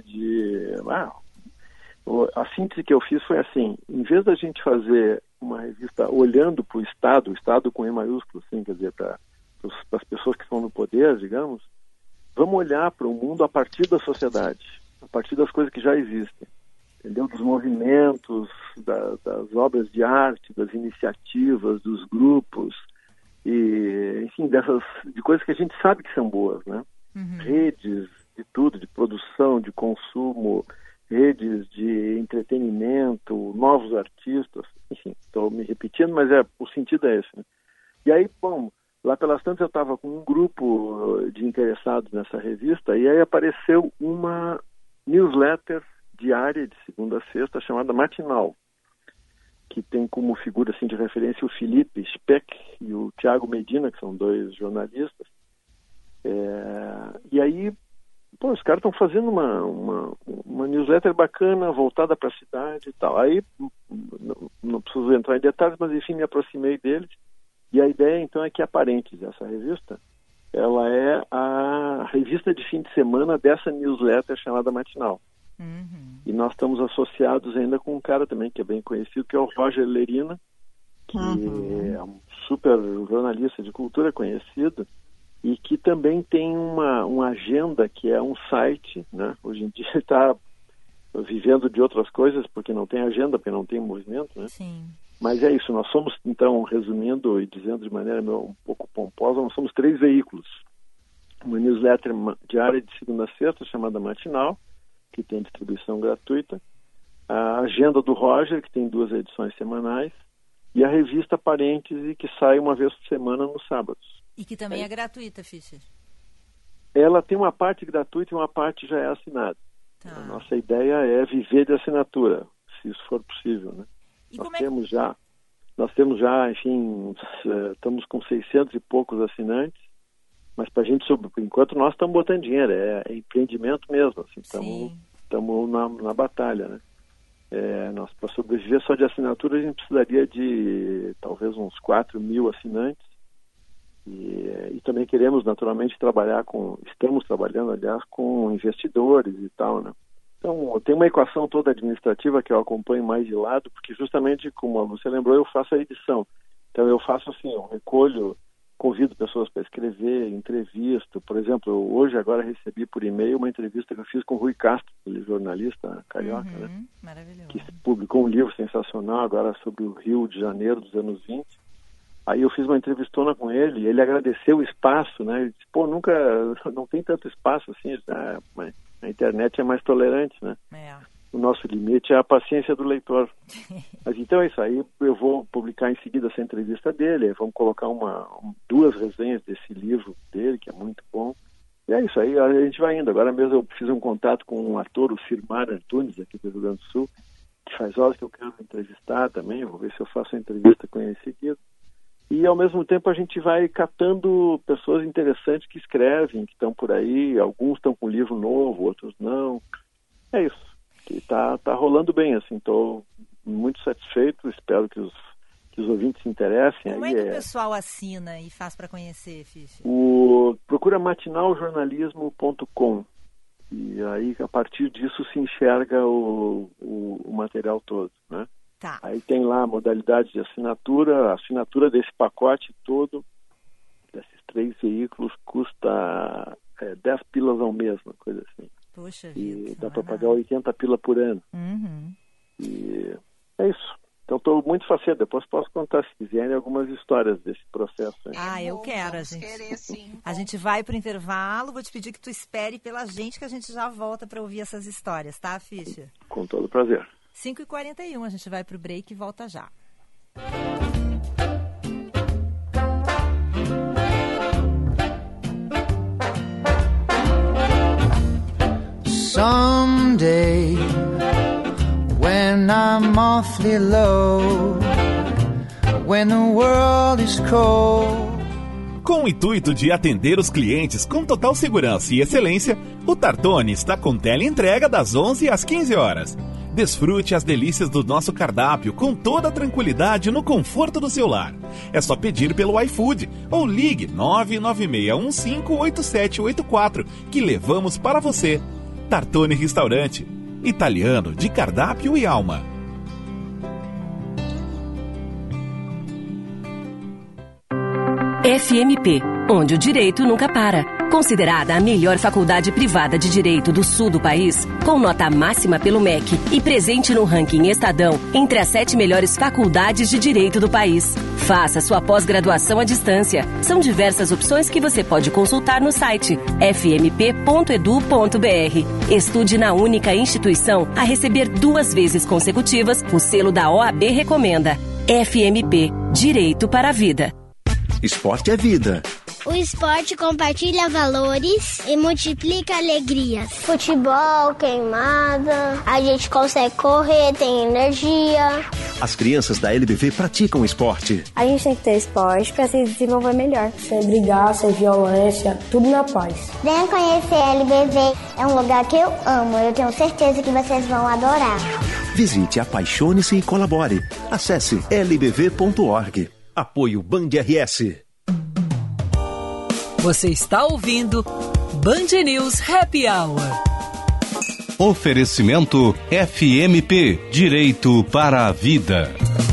A síntese que eu fiz foi assim: em vez da gente fazer uma revista olhando para o Estado com E maiúsculo, assim, quer dizer, para as pessoas que estão no poder, digamos, vamos olhar para o mundo a partir da sociedade, a partir das coisas que já existem, entendeu? Dos movimentos, das obras de arte, das iniciativas, dos grupos, e, enfim, de coisas que a gente sabe que são boas, né? Uhum. Redes de tudo, de produção, de consumo, redes de entretenimento, novos artistas, enfim, estou me repetindo, mas o sentido é esse, né? E aí, bom, lá pelas tantas eu estava com um grupo de interessados nessa revista e aí apareceu uma newsletter diária de segunda a sexta chamada Matinal, que tem como figura assim, de referência o Felipe Speck e o Thiago Medina, que são dois jornalistas. E aí, os caras estão fazendo uma newsletter bacana, voltada para a cidade e tal. Aí, não preciso entrar em detalhes, mas enfim, me aproximei deles. E a ideia, então, é que a Parentes, essa revista, ela é a revista de fim de semana dessa newsletter chamada Matinal. Uhum. E nós estamos associados ainda com um cara também que é bem conhecido, que é o Roger Lerina, que é um super jornalista de cultura conhecido e que também tem uma agenda que é um site, né? Hoje em dia ele está vivendo de outras coisas porque não tem agenda, porque não tem movimento, né? Sim. Mas é isso, nós somos, então, resumindo e dizendo de maneira um pouco pomposa, nós somos 3 veículos. Uma newsletter diária de segunda a sexta chamada Matinal, que tem distribuição gratuita, a agenda do Roger, que tem 2 edições semanais, e a revista Parêntese, que sai uma vez por semana nos sábados. E que também é gratuita, Fischer? Ela tem uma parte gratuita e uma parte já é assinada. Tá. A nossa ideia é viver de assinatura, se isso for possível, né? Nós temos já, enfim, estamos com 600 e poucos assinantes, mas para a gente, por enquanto, nós estamos botando dinheiro, é empreendimento mesmo, assim, estamos na batalha, né? Nós, para sobreviver só de assinatura, a gente precisaria de talvez uns 4 mil assinantes, e também queremos, naturalmente, estamos trabalhando, aliás, com investidores e tal, né? Então, tem uma equação toda administrativa que eu acompanho mais de lado, porque justamente, como você lembrou, eu faço a edição. Então, eu faço assim, eu recolho, convido pessoas para escrever, entrevisto. Por exemplo, hoje, agora, recebi por e-mail uma entrevista que eu fiz com o Rui Castro, jornalista carioca, né? Maravilhoso. Que publicou um livro sensacional agora sobre o Rio de Janeiro dos anos 20. Aí eu fiz uma entrevistona com ele, ele agradeceu o espaço, né? Ele disse, não tem tanto espaço assim, mas a internet é mais tolerante, né? O nosso limite é a paciência do leitor. Mas então é isso aí, eu vou publicar em seguida essa entrevista dele, vamos colocar 2 resenhas desse livro dele, que é muito bom. E é isso aí, a gente vai indo. Agora mesmo eu fiz um contato com um ator, o Firmar Antunes, aqui do Rio Grande do Sul, que faz horas que eu quero entrevistar também, vou ver se eu faço a entrevista com ele em seguida. E, ao mesmo tempo, a gente vai catando pessoas interessantes que escrevem, que estão por aí. Alguns estão com livro novo, outros não. É isso. Está rolando bem, assim. Estou muito satisfeito. Espero que que os ouvintes se interessem. Como é que o pessoal assina e faz para conhecer, Fischer? Procura matinaljornalismo.com e aí a partir disso se enxerga o material todo, né? Tá. Aí tem lá a modalidade de assinatura. A assinatura desse pacote todo, desses 3 veículos, custa 10 pilas ao mês, uma coisa assim. Poxa vida. E dá para nada. pagar 80 pila por ano. Uhum. E é isso. Então estou muito faceiro. Depois posso contar, se quiserem, algumas histórias desse processo. Eu quero. A gente vai para o intervalo. Vou te pedir que tu espere pela gente, que a gente já volta para ouvir essas histórias, tá, Fischer? Com todo prazer. 5h41, a gente vai para o break e volta já. Someday, when I'm awfully low, when the world is cold. Com o intuito de atender os clientes com total segurança e excelência, o Tartone está com teleentrega das 11 às 15 horas. Desfrute as delícias do nosso cardápio com toda a tranquilidade no conforto do seu lar. É só pedir pelo iFood ou ligue 996158784 que levamos para você. Tartone Restaurante, italiano de cardápio e alma. FMP, onde o direito nunca para. Considerada a melhor faculdade privada de direito do sul do país, com nota máxima pelo MEC e presente no ranking Estadão entre as 7 melhores faculdades de direito do país. Faça sua pós-graduação à distância. São diversas opções que você pode consultar no site fmp.edu.br. Estude na única instituição a receber 2 vezes consecutivas o selo da OAB Recomenda. FMP, Direito para a Vida. Esporte é vida. O esporte compartilha valores e multiplica alegrias. Futebol, queimada, a gente consegue correr, tem energia. As crianças da LBV praticam esporte. A gente tem que ter esporte para se desenvolver melhor. Sem brigar, sem violência, tudo na paz. Venham conhecer a LBV, é um lugar que eu amo. Eu tenho certeza que vocês vão adorar. Visite, apaixone-se e colabore. Acesse lbv.org. Apoio Band RS. Você está ouvindo Band News Happy Hour. Oferecimento FMP, Direito para a Vida.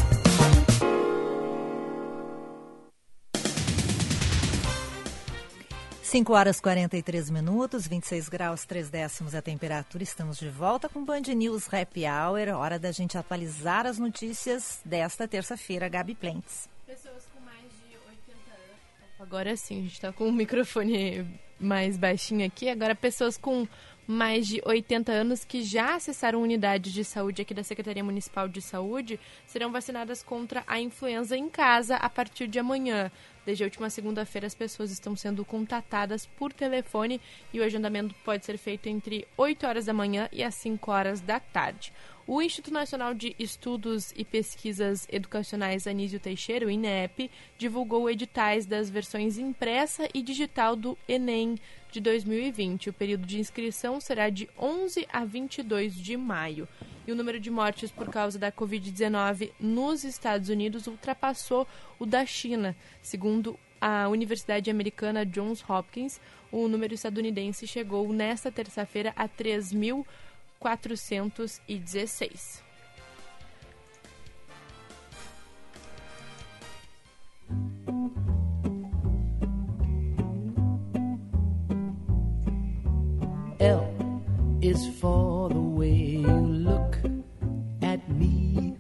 Cinco horas 43 minutos, 26 graus 3 décimos a temperatura. Estamos de volta com Band News Happy Hour. Hora da gente atualizar as notícias desta terça-feira, Gabi Plentes. Pessoas com mais de 80 anos. Agora sim, a gente está com o microfone mais baixinho aqui. Agora, pessoas com mais de 80 anos que já acessaram unidades de saúde aqui da Secretaria Municipal de Saúde serão vacinadas contra a influenza em casa a partir de amanhã. Desde a última segunda-feira, as pessoas estão sendo contatadas por telefone e o agendamento pode ser feito entre 8 horas da manhã e as 5 horas da tarde. O Instituto Nacional de Estudos e Pesquisas Educacionais Anísio Teixeira, o INEP, divulgou editais das versões impressa e digital do Enem de 2020. O período de inscrição será de 11 a 22 de maio. E o número de mortes por causa da Covid-19 nos Estados Unidos ultrapassou o da China. Segundo a Universidade Americana Johns Hopkins, o número estadunidense chegou nesta terça-feira a 3.416. L is for the way you look at me.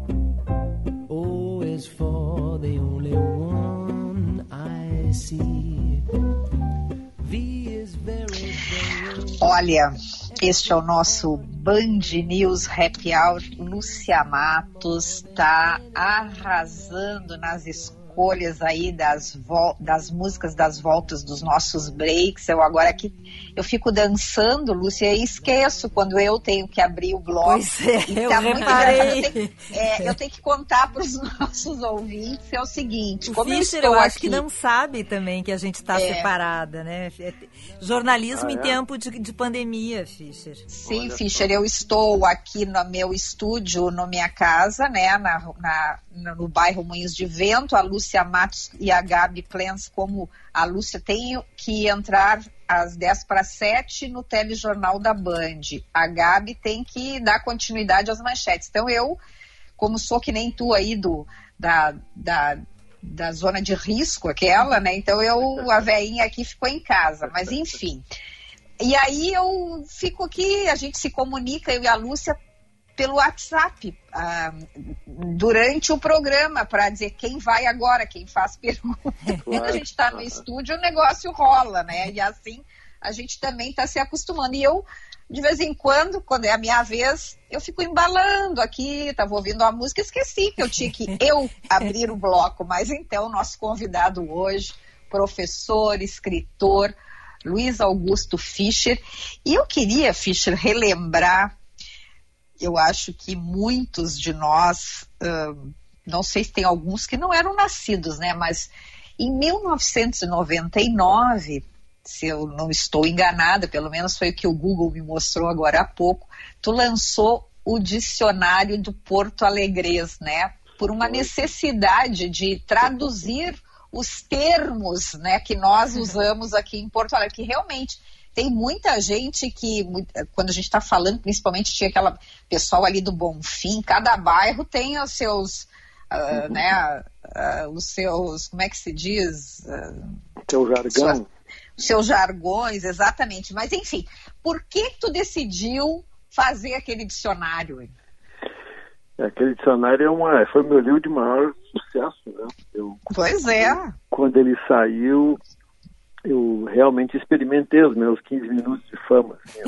O is for the only one I see. V is very, very... Olha, este é o nosso Band News Happy Hour. Lúcia Matos está arrasando nas escolhas aí das músicas das voltas dos nossos breaks. Eu agora aqui eu fico dançando, Lúcia, e esqueço quando eu tenho que abrir o bloco. Pois é, eu reparei. Eu tenho que contar para os nossos ouvintes, é o seguinte, como Fischer, eu acho aqui... que não sabe também que a gente está separada, né? Jornalismo em tempo de pandemia, Fischer. Sim, Fischer, eu estou aqui no meu estúdio, na minha casa, né, no bairro Moinhos de Vento. A Lúcia Matos e a Gabi Plens, como a Lúcia tem que entrar às 6:50 no telejornal da Band. A Gabi tem que dar continuidade às manchetes. Então eu, como sou que nem tu aí da zona de risco, aquela, né? Então a veinha aqui ficou em casa, mas enfim. E aí eu fico aqui, a gente se comunica, eu e a Lúcia, pelo WhatsApp, durante o programa, para dizer quem vai agora, quem faz pergunta. Quando a gente está no estúdio, o negócio rola, né? E assim a gente também está se acostumando. E eu, de vez em quando é a minha vez, eu fico embalando aqui, estava ouvindo a música, esqueci que eu tinha que abrir o bloco. Mas então, nosso convidado hoje, professor, escritor, Luiz Augusto Fischer. E eu queria, Fischer, relembrar, eu acho que muitos de nós, não sei se tem alguns que não eram nascidos, né? Mas em 1999, se eu não estou enganada, pelo menos foi o que o Google me mostrou agora há pouco, tu lançou o Dicionário do Porto Alegrês, né? Por uma necessidade de traduzir os termos, né, que nós usamos aqui em Porto Alegre, que realmente tem muita gente que, quando a gente está falando, principalmente tinha aquela pessoal ali do Bonfim, cada bairro tem os seus, né, os seus, como é que se diz? Seu jargão. Os seus jargões, exatamente. Mas, enfim, por que tu decidiu fazer aquele dicionário? Aquele dicionário foi meu livro de maior sucesso, né? Pois é. Quando ele saiu, eu realmente experimentei os meus 15 minutos de fama. Assim,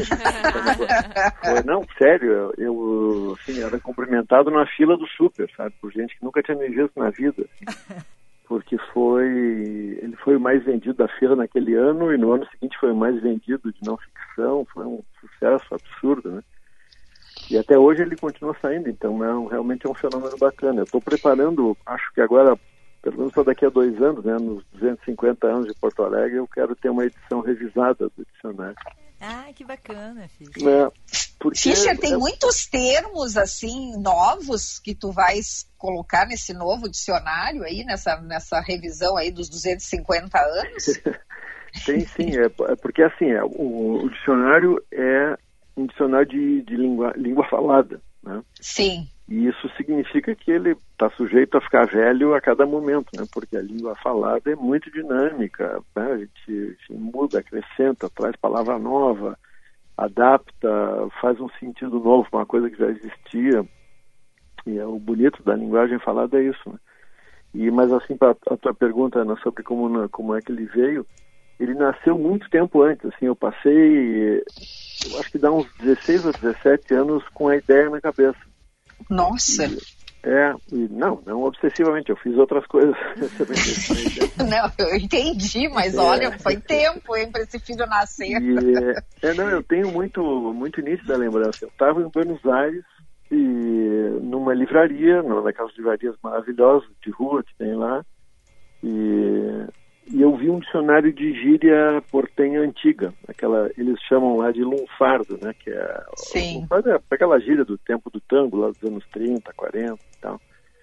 não, sério, eu assim, era cumprimentado na fila do super, sabe? Por gente que nunca tinha me visto na vida. Assim, porque ele foi o mais vendido da feira naquele ano, e no ano seguinte foi o mais vendido de não ficção. Foi um sucesso absurdo, né? E até hoje ele continua saindo, então realmente é um fenômeno bacana. Eu estou preparando, acho que agora, pelo menos para daqui a 2 anos, né, nos 250 anos de Porto Alegre, eu quero ter uma edição revisada do dicionário. Ah, que bacana, Fischer. Fischer, tem muitos termos, assim, novos que tu vais colocar nesse novo dicionário aí, nessa revisão aí dos 250 anos? Tem sim, porque assim, o dicionário é um dicionário de língua falada, né? Sim. E isso significa que ele está sujeito a ficar velho a cada momento, né? Porque a língua falada é muito dinâmica, né? A gente muda, acrescenta, traz palavra nova, adapta, faz um sentido novo para uma coisa que já existia. E o bonito da linguagem falada é isso, né? Mas assim, para a tua pergunta, Ana, sobre como é que ele veio, ele nasceu muito tempo antes. Assim, eu passei, eu acho que dá uns 16 ou 17 anos com a ideia na cabeça. Nossa! Não obsessivamente, eu fiz outras coisas. Não, eu entendi, mas olha, foi tempo, hein, para esse filho nascer. Eu tenho muito nítido da lembrança. Eu estava em Buenos Aires, e numa livraria, numa daquelas livrarias maravilhosas de rua que tem lá, e eu vi um dicionário de gíria portenha antiga, eles chamam lá de lunfardo, né, que é, lunfardo é aquela gíria do tempo do tango, lá dos anos 30, 40 e tal.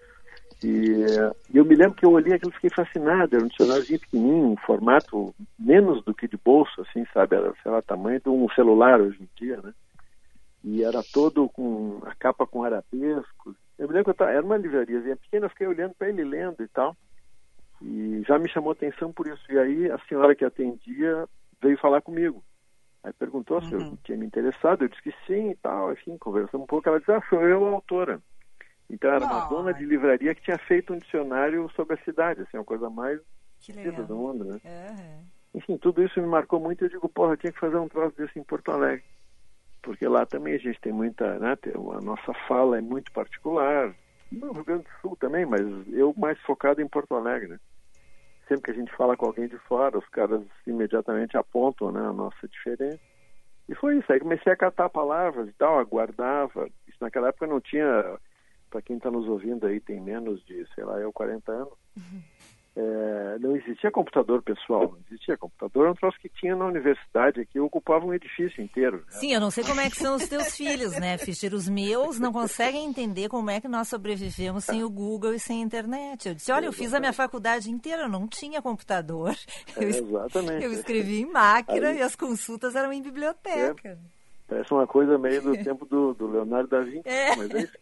E eu me lembro que eu olhei aquilo e fiquei fascinado. Era um dicionáriozinho pequenininho, um formato menos do que de bolso, assim, sabe, era, sei lá, tamanho de um celular hoje em dia, né. E era todo com a capa com arabescos. Eu me lembro que era uma livrariazinha pequena, eu fiquei olhando para ele, lendo e tal. E já me chamou a atenção por isso. E aí a senhora que atendia veio falar comigo. Aí perguntou se eu tinha me interessado. Eu disse que sim e tal. Enfim, conversamos um pouco. Ela disse, sou eu a autora. Então era uma dona de livraria que tinha feito um dicionário sobre a cidade. Assim, uma coisa mais querida do mundo, né? Enfim, tudo isso me marcou muito. Eu digo, eu tinha que fazer um troço desse em Porto Alegre. Porque lá também a gente tem muita, né? A nossa fala é muito particular. No Rio Grande do Sul também, mas eu mais focado em Porto Alegre, né? Sempre que a gente fala com alguém de fora, os caras imediatamente apontam, né, a nossa diferença. E foi isso. Aí comecei a catar palavras e tal, aguardava. Isso naquela época não tinha, para quem está nos ouvindo aí, tem menos de, 40 anos. não existia computador pessoal, não existia computador, é um troço que tinha na universidade aqui, ocupava um edifício inteiro. Né? Sim, eu não sei como é que são os teus filhos, né, Fischer? Os meus não conseguem entender como é que nós sobrevivemos sem o Google e sem a internet. Eu disse, olha, eu fiz a minha faculdade inteira, eu não tinha computador. Exatamente. Eu escrevi em máquina e as consultas eram em biblioteca. Parece uma coisa meio do tempo do Leonardo da Vinci, mas é isso.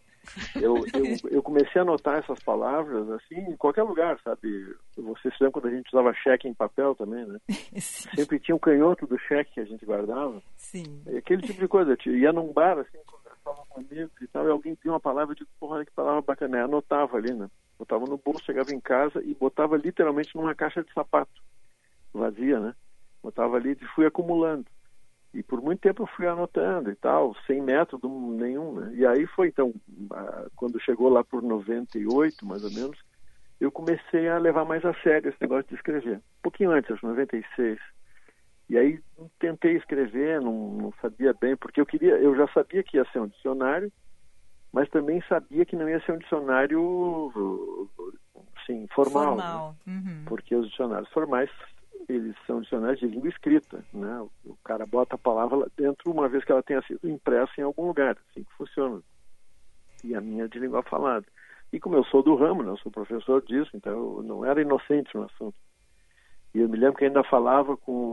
Eu comecei a anotar essas palavras assim em qualquer lugar, sabe? Vocês lembram quando a gente usava cheque em papel também, né? Sempre tinha um canhoto do cheque que a gente guardava. Sim. Aquele tipo de coisa. Eu ia num bar, assim, conversava com amigos e tal, e alguém tinha uma palavra, eu digo, porra, que palavra bacana. Eu anotava ali, né? Botava no bolso, chegava em casa e botava literalmente numa caixa de sapato vazia, né? Botava ali e fui acumulando. E por muito tempo eu fui anotando e tal, sem método nenhum, né? E aí foi, então, quando chegou lá por 98, mais ou menos, eu comecei a levar mais a sério esse negócio de escrever. Um pouquinho antes, acho, 96. E aí tentei escrever, não sabia bem, porque eu já sabia que ia ser um dicionário, mas também sabia que não ia ser um dicionário, assim, formal. Né? Uhum. Porque os dicionários formais, eles são dicionários de língua escrita, né? O cara bota a palavra lá dentro uma vez que ela tenha sido impressa em algum lugar, assim que funciona. E a minha é de língua falada. E como eu sou do ramo, né? Eu sou professor disso, então eu não era inocente no assunto. E eu me lembro que ainda falava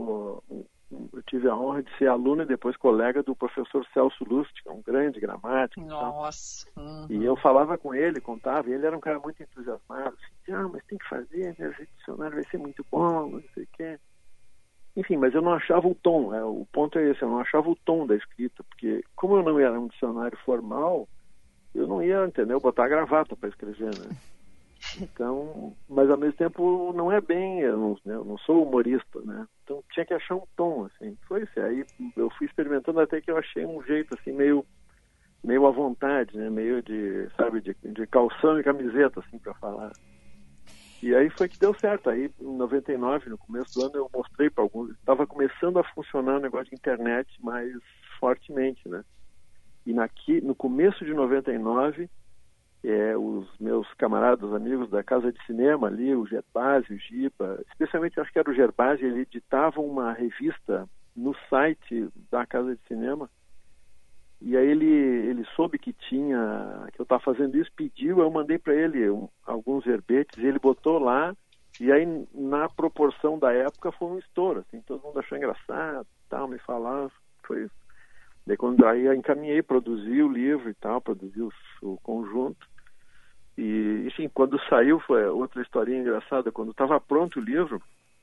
eu tive a honra de ser aluno e depois colega do professor Celso Lustig, um grande gramático. Nossa! Uhum. E eu falava com ele, contava, e ele era um cara muito entusiasmado. Assim, mas tem que fazer, né? Esse dicionário vai ser muito bom, não sei o quê. Enfim, mas eu não achava o tom, o ponto é esse, eu não achava o tom da escrita, porque como eu não era um dicionário formal, eu não ia, entendeu, botar a gravata para escrever, né? Então, mas ao mesmo tempo não é bem, eu não sou humorista, né? Então tinha que achar um tom, assim. Foi isso. Aí eu fui experimentando até que eu achei um jeito assim meio à vontade, né? Meio de, sabe, de calção e camiseta, assim, para falar. E aí foi que deu certo. Aí em 99, no começo do ano, eu mostrei para alguns. Estava começando a funcionar o negócio de internet mais fortemente, né? E no começo de 99 os meus camaradas, amigos da Casa de Cinema ali, o Gerbasi, o Giba, especialmente acho que era o Gerbasi, ele editava uma revista no site da Casa de Cinema, e aí ele soube que eu estava fazendo isso, pediu, eu mandei para ele alguns verbetes, e ele botou lá, e aí na proporção da época foi um estouro, assim, todo mundo achou engraçado, tal, me falava, foi isso. Daí quando aí eu encaminhei, produzi o livro e tal, produzi o conjunto. E, enfim, quando saiu, foi outra historinha engraçada, quando estava pronto o livro,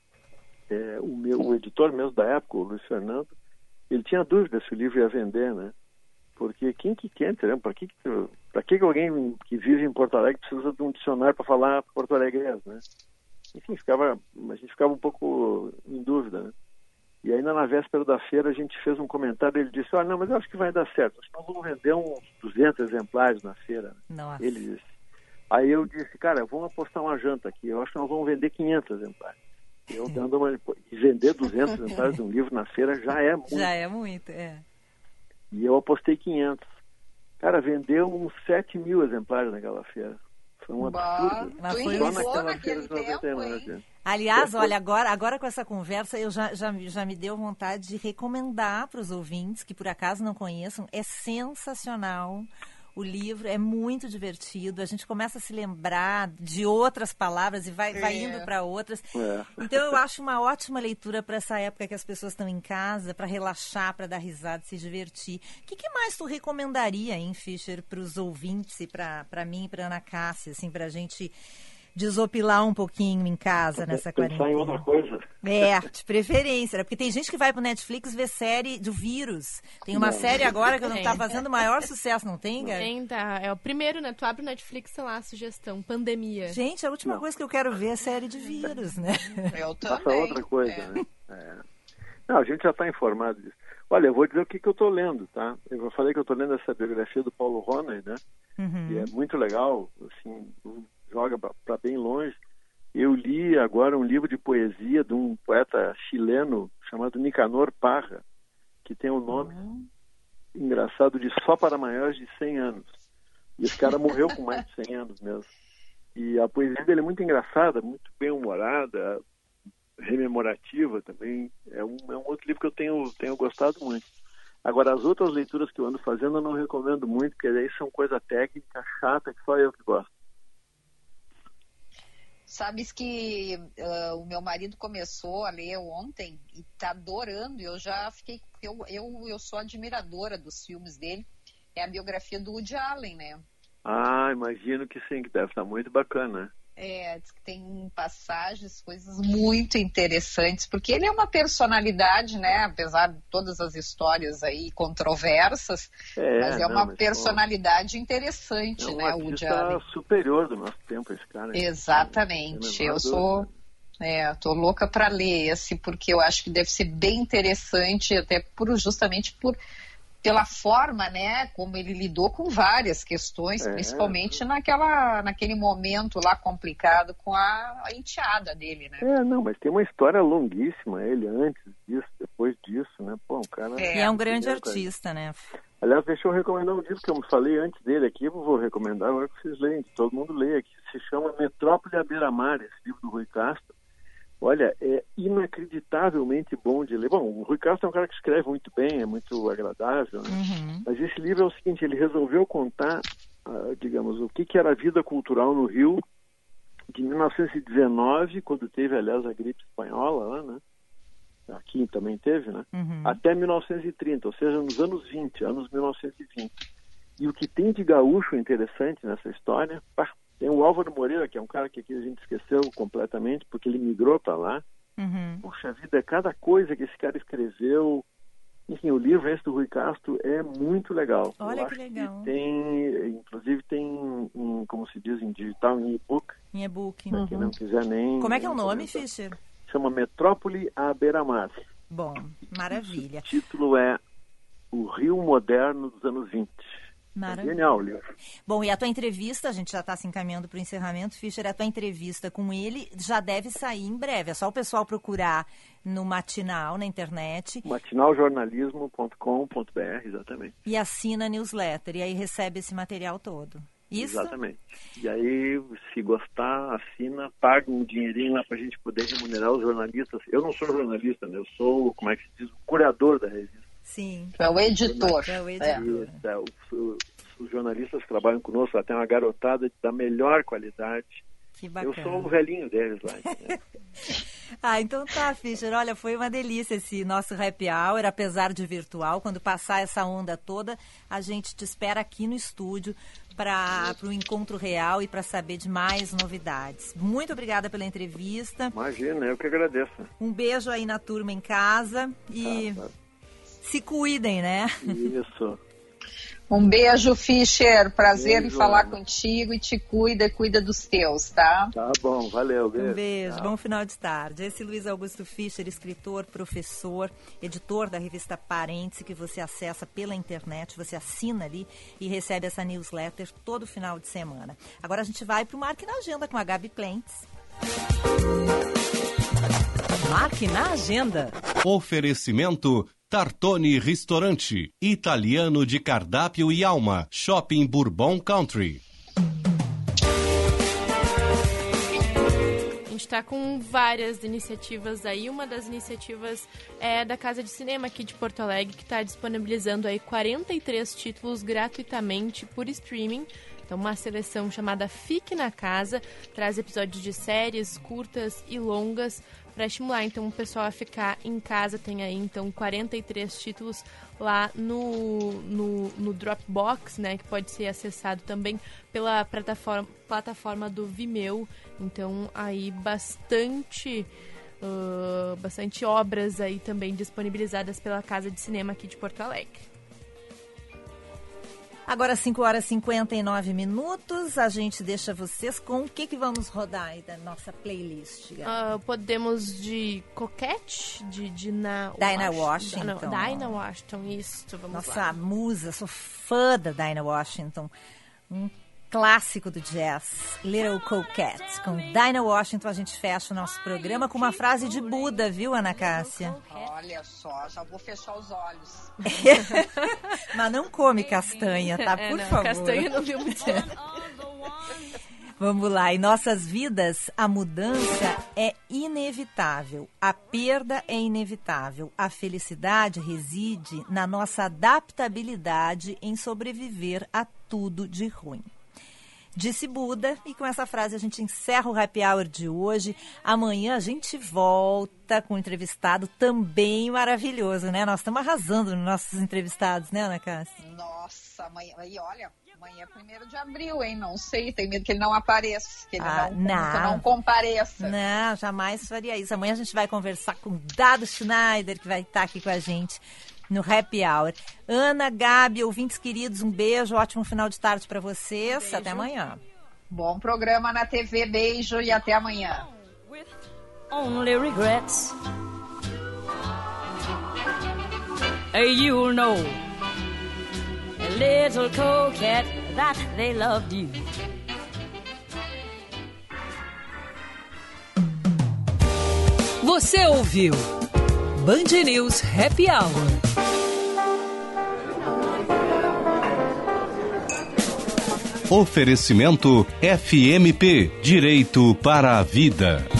o editor mesmo da época, o Luiz Fernando, ele tinha dúvida se o livro ia vender, né? Porque quem que quer, entendeu? Para que alguém que vive em Porto Alegre precisa de um dicionário para falar porto-alegrense, né? Enfim, a gente ficava um pouco em dúvida, né? E ainda na véspera da feira a gente fez um comentário, ele disse, não, mas eu acho que vai dar certo, acho que nós vamos vender uns 200 exemplares na feira. Nossa. Ele disse. Aí eu disse, cara, vamos apostar uma janta aqui, eu acho que nós vamos vender 500 exemplares. E vender 200 exemplares de um livro na feira já é muito. Já é muito, E eu apostei 500. Cara, vendeu uns 7 mil exemplares naquela feira. Foi um absurdo. Mas foi só naquela feira de 99. Aliás, olha, agora com essa conversa eu já me deu vontade de recomendar para os ouvintes que por acaso não conheçam, é sensacional. O livro é muito divertido, a gente começa a se lembrar de outras palavras e vai indo para outras. Então eu acho uma ótima leitura para essa época que as pessoas estão em casa, para relaxar, para dar risada, se divertir. O que mais tu recomendaria, hein, Fischer, para os ouvintes e para mim e para Ana Cássia, assim, para a gente desopilar um pouquinho em casa nessa quarentena? Pensar em outra coisa. De preferência, porque tem gente que vai pro Netflix ver série do vírus. Tem uma série agora que não tá fazendo o maior sucesso, não tem, cara? Tem, tá. É o primeiro, né? Tu abre o Netflix, sei lá, sugestão, pandemia. Gente, a última coisa que eu quero ver é série de vírus, né? Eu Passa também. outra coisa, né? Não, a gente já está informado disso. Olha, eu vou dizer o que eu estou lendo, tá? Eu falei que eu estou lendo essa biografia do Paulo Ronay, né? Uhum. E é muito legal, assim, joga para bem longe. Eu li agora um livro de poesia de um poeta chileno chamado Nicanor Parra, que tem um nome engraçado de Só para Maiores de 100 anos. E esse cara morreu com mais de 100 anos mesmo. E a poesia dele é muito engraçada, muito bem-humorada, rememorativa também. É um outro livro que eu tenho gostado muito. Agora, as outras leituras que eu ando fazendo eu não recomendo muito, porque daí são coisa técnica, chata, que só eu que gosto. Sabes que o meu marido começou a ler ontem e está adorando, e eu já fiquei... Eu sou admiradora dos filmes dele. É a biografia do Woody Allen, né? Ah, imagino que sim, que deve estar muito bacana, né? Diz que tem passagens, coisas muito interessantes, porque ele é uma personalidade, né? Apesar de todas as histórias aí controversas, mas é uma personalidade interessante, né? O Woody Allen. Superior do nosso tempo, esse cara. Exatamente. Eu tô louca para ler esse, porque eu acho que deve ser bem interessante, até justamente pela forma, né, como ele lidou com várias questões, principalmente naquele momento lá complicado com a enteada dele, né? Mas tem uma história longuíssima, ele antes disso, depois disso, né? Pô, um cara... E é um grande artista, né? Aliás, deixa eu recomendar um livro que eu falei antes dele aqui, eu vou recomendar agora que vocês leem, que todo mundo leia, que se chama Metrópole à Beira-Mar, esse livro do Rui Castro. Olha, é inacreditavelmente bom de ler. Bom, o Rui Castro é um cara que escreve muito bem, é muito agradável, né? Mas esse livro é o seguinte, ele resolveu contar, digamos, o que era a vida cultural no Rio de 1919, quando teve, aliás, a gripe espanhola lá, né? Aqui também teve, né? Até 1930, ou seja, nos anos 1920. E o que tem de gaúcho interessante nessa história... Tem o Álvaro Moreira, que é um cara que aqui a gente esqueceu completamente, porque ele migrou para lá. Puxa vida, cada coisa que esse cara escreveu. Enfim, o livro esse do Rui Castro é muito legal. Olha que legal. Inclusive tem, como se diz em digital, em e-book. Em e-book. Para quem não quiser nem... Como é que é o nome, Fischer? Chama Metrópole à Beira-Mar. Bom, maravilha. O título é O Rio Moderno dos Anos 20. Maravilha. Genial o livro. Bom, e a tua entrevista, a gente já está se encaminhando para o encerramento, Fischer, a tua entrevista com ele já deve sair em breve. É só o pessoal procurar no Matinal, na internet. matinaljornalismo.com.br, exatamente. E assina a newsletter, e aí recebe esse material todo. Isso? Exatamente. E aí, se gostar, assina, paga um dinheirinho lá para a gente poder remunerar os jornalistas. Eu não sou jornalista, né? Eu sou, como é que se diz, o curador da revista. Sim. É o editor. Os jornalistas que trabalham conosco, tem uma garotada da melhor qualidade. Que bacana. Eu sou o velhinho deles lá. Então tá, Fischer. Olha, foi uma delícia esse nosso happy hour, apesar de virtual. Quando passar essa onda toda, a gente te espera aqui no estúdio para o encontro real e para saber de mais novidades. Muito obrigada pela entrevista. Imagina, eu que agradeço. Um beijo aí na turma em casa e se cuidem, né? Isso. Um beijo, Fischer. Prazer em falar contigo e te cuida dos teus, tá? Tá bom, valeu. Beijo. Um beijo, bom final de tarde. Esse Luiz Augusto Fischer, escritor, professor, editor da revista Parêntese, que você acessa pela internet, você assina ali e recebe essa newsletter todo final de semana. Agora a gente vai para o Marque na Agenda com a Gabi Plentes. Marque na Agenda. Oferecimento Tartone Restaurante, italiano de cardápio e alma, Shopping Bourbon Country. A gente está com várias iniciativas aí. Uma das iniciativas é da Casa de Cinema aqui de Porto Alegre, que está disponibilizando aí 43 títulos gratuitamente por streaming. Então, uma seleção chamada Fique na Casa traz episódios de séries, curtas e longas para estimular, então, o pessoal a ficar em casa. Tem aí, então, 43 títulos lá no Dropbox, né, que pode ser acessado também pela plataforma do Vimeo. Então, aí, bastante obras aí também disponibilizadas pela Casa de Cinema aqui de Porto Alegre. Agora 5h59, a gente deixa vocês com o que vamos rodar aí da nossa playlist. Podemos de Coquette, de Dinah Washington. Dinah Washington, isso, vamos nossa lá. Nossa musa, sou fã da Dinah Washington. Um clássico do jazz, Little Coquette. Com Dinah Washington a gente fecha o nosso programa com uma frase de Buda, viu, Ana Cássia? Olha só, já vou fechar os olhos. Mas não come castanha, tá? Por favor. Castanha não deu muito certo. Vamos lá, em nossas vidas a mudança é inevitável, a perda é inevitável, a felicidade reside na nossa adaptabilidade em sobreviver a tudo de ruim. Disse Buda, e com essa frase a gente encerra o Happy Hour de hoje. Amanhã a gente volta com um entrevistado também maravilhoso, né? Nós estamos arrasando nos nossos entrevistados, né, Ana Cássia? Nossa, amanhã, e olha, amanhã é 1º de abril, hein? Não sei, tenho medo que ele não apareça, que ele não compareça. Não, jamais faria isso. Amanhã a gente vai conversar com o Dado Schneider, que vai estar aqui com a gente no Happy Hour. Ana, Gabi, ouvintes queridos, um beijo, ótimo final de tarde para vocês. Beijo. Até amanhã. Bom programa na TV, beijo e até amanhã. Only regrets. You'll know a little coquette that they loved you. Você ouviu Band News Happy Hour. Oferecimento FMP, Direito para a Vida.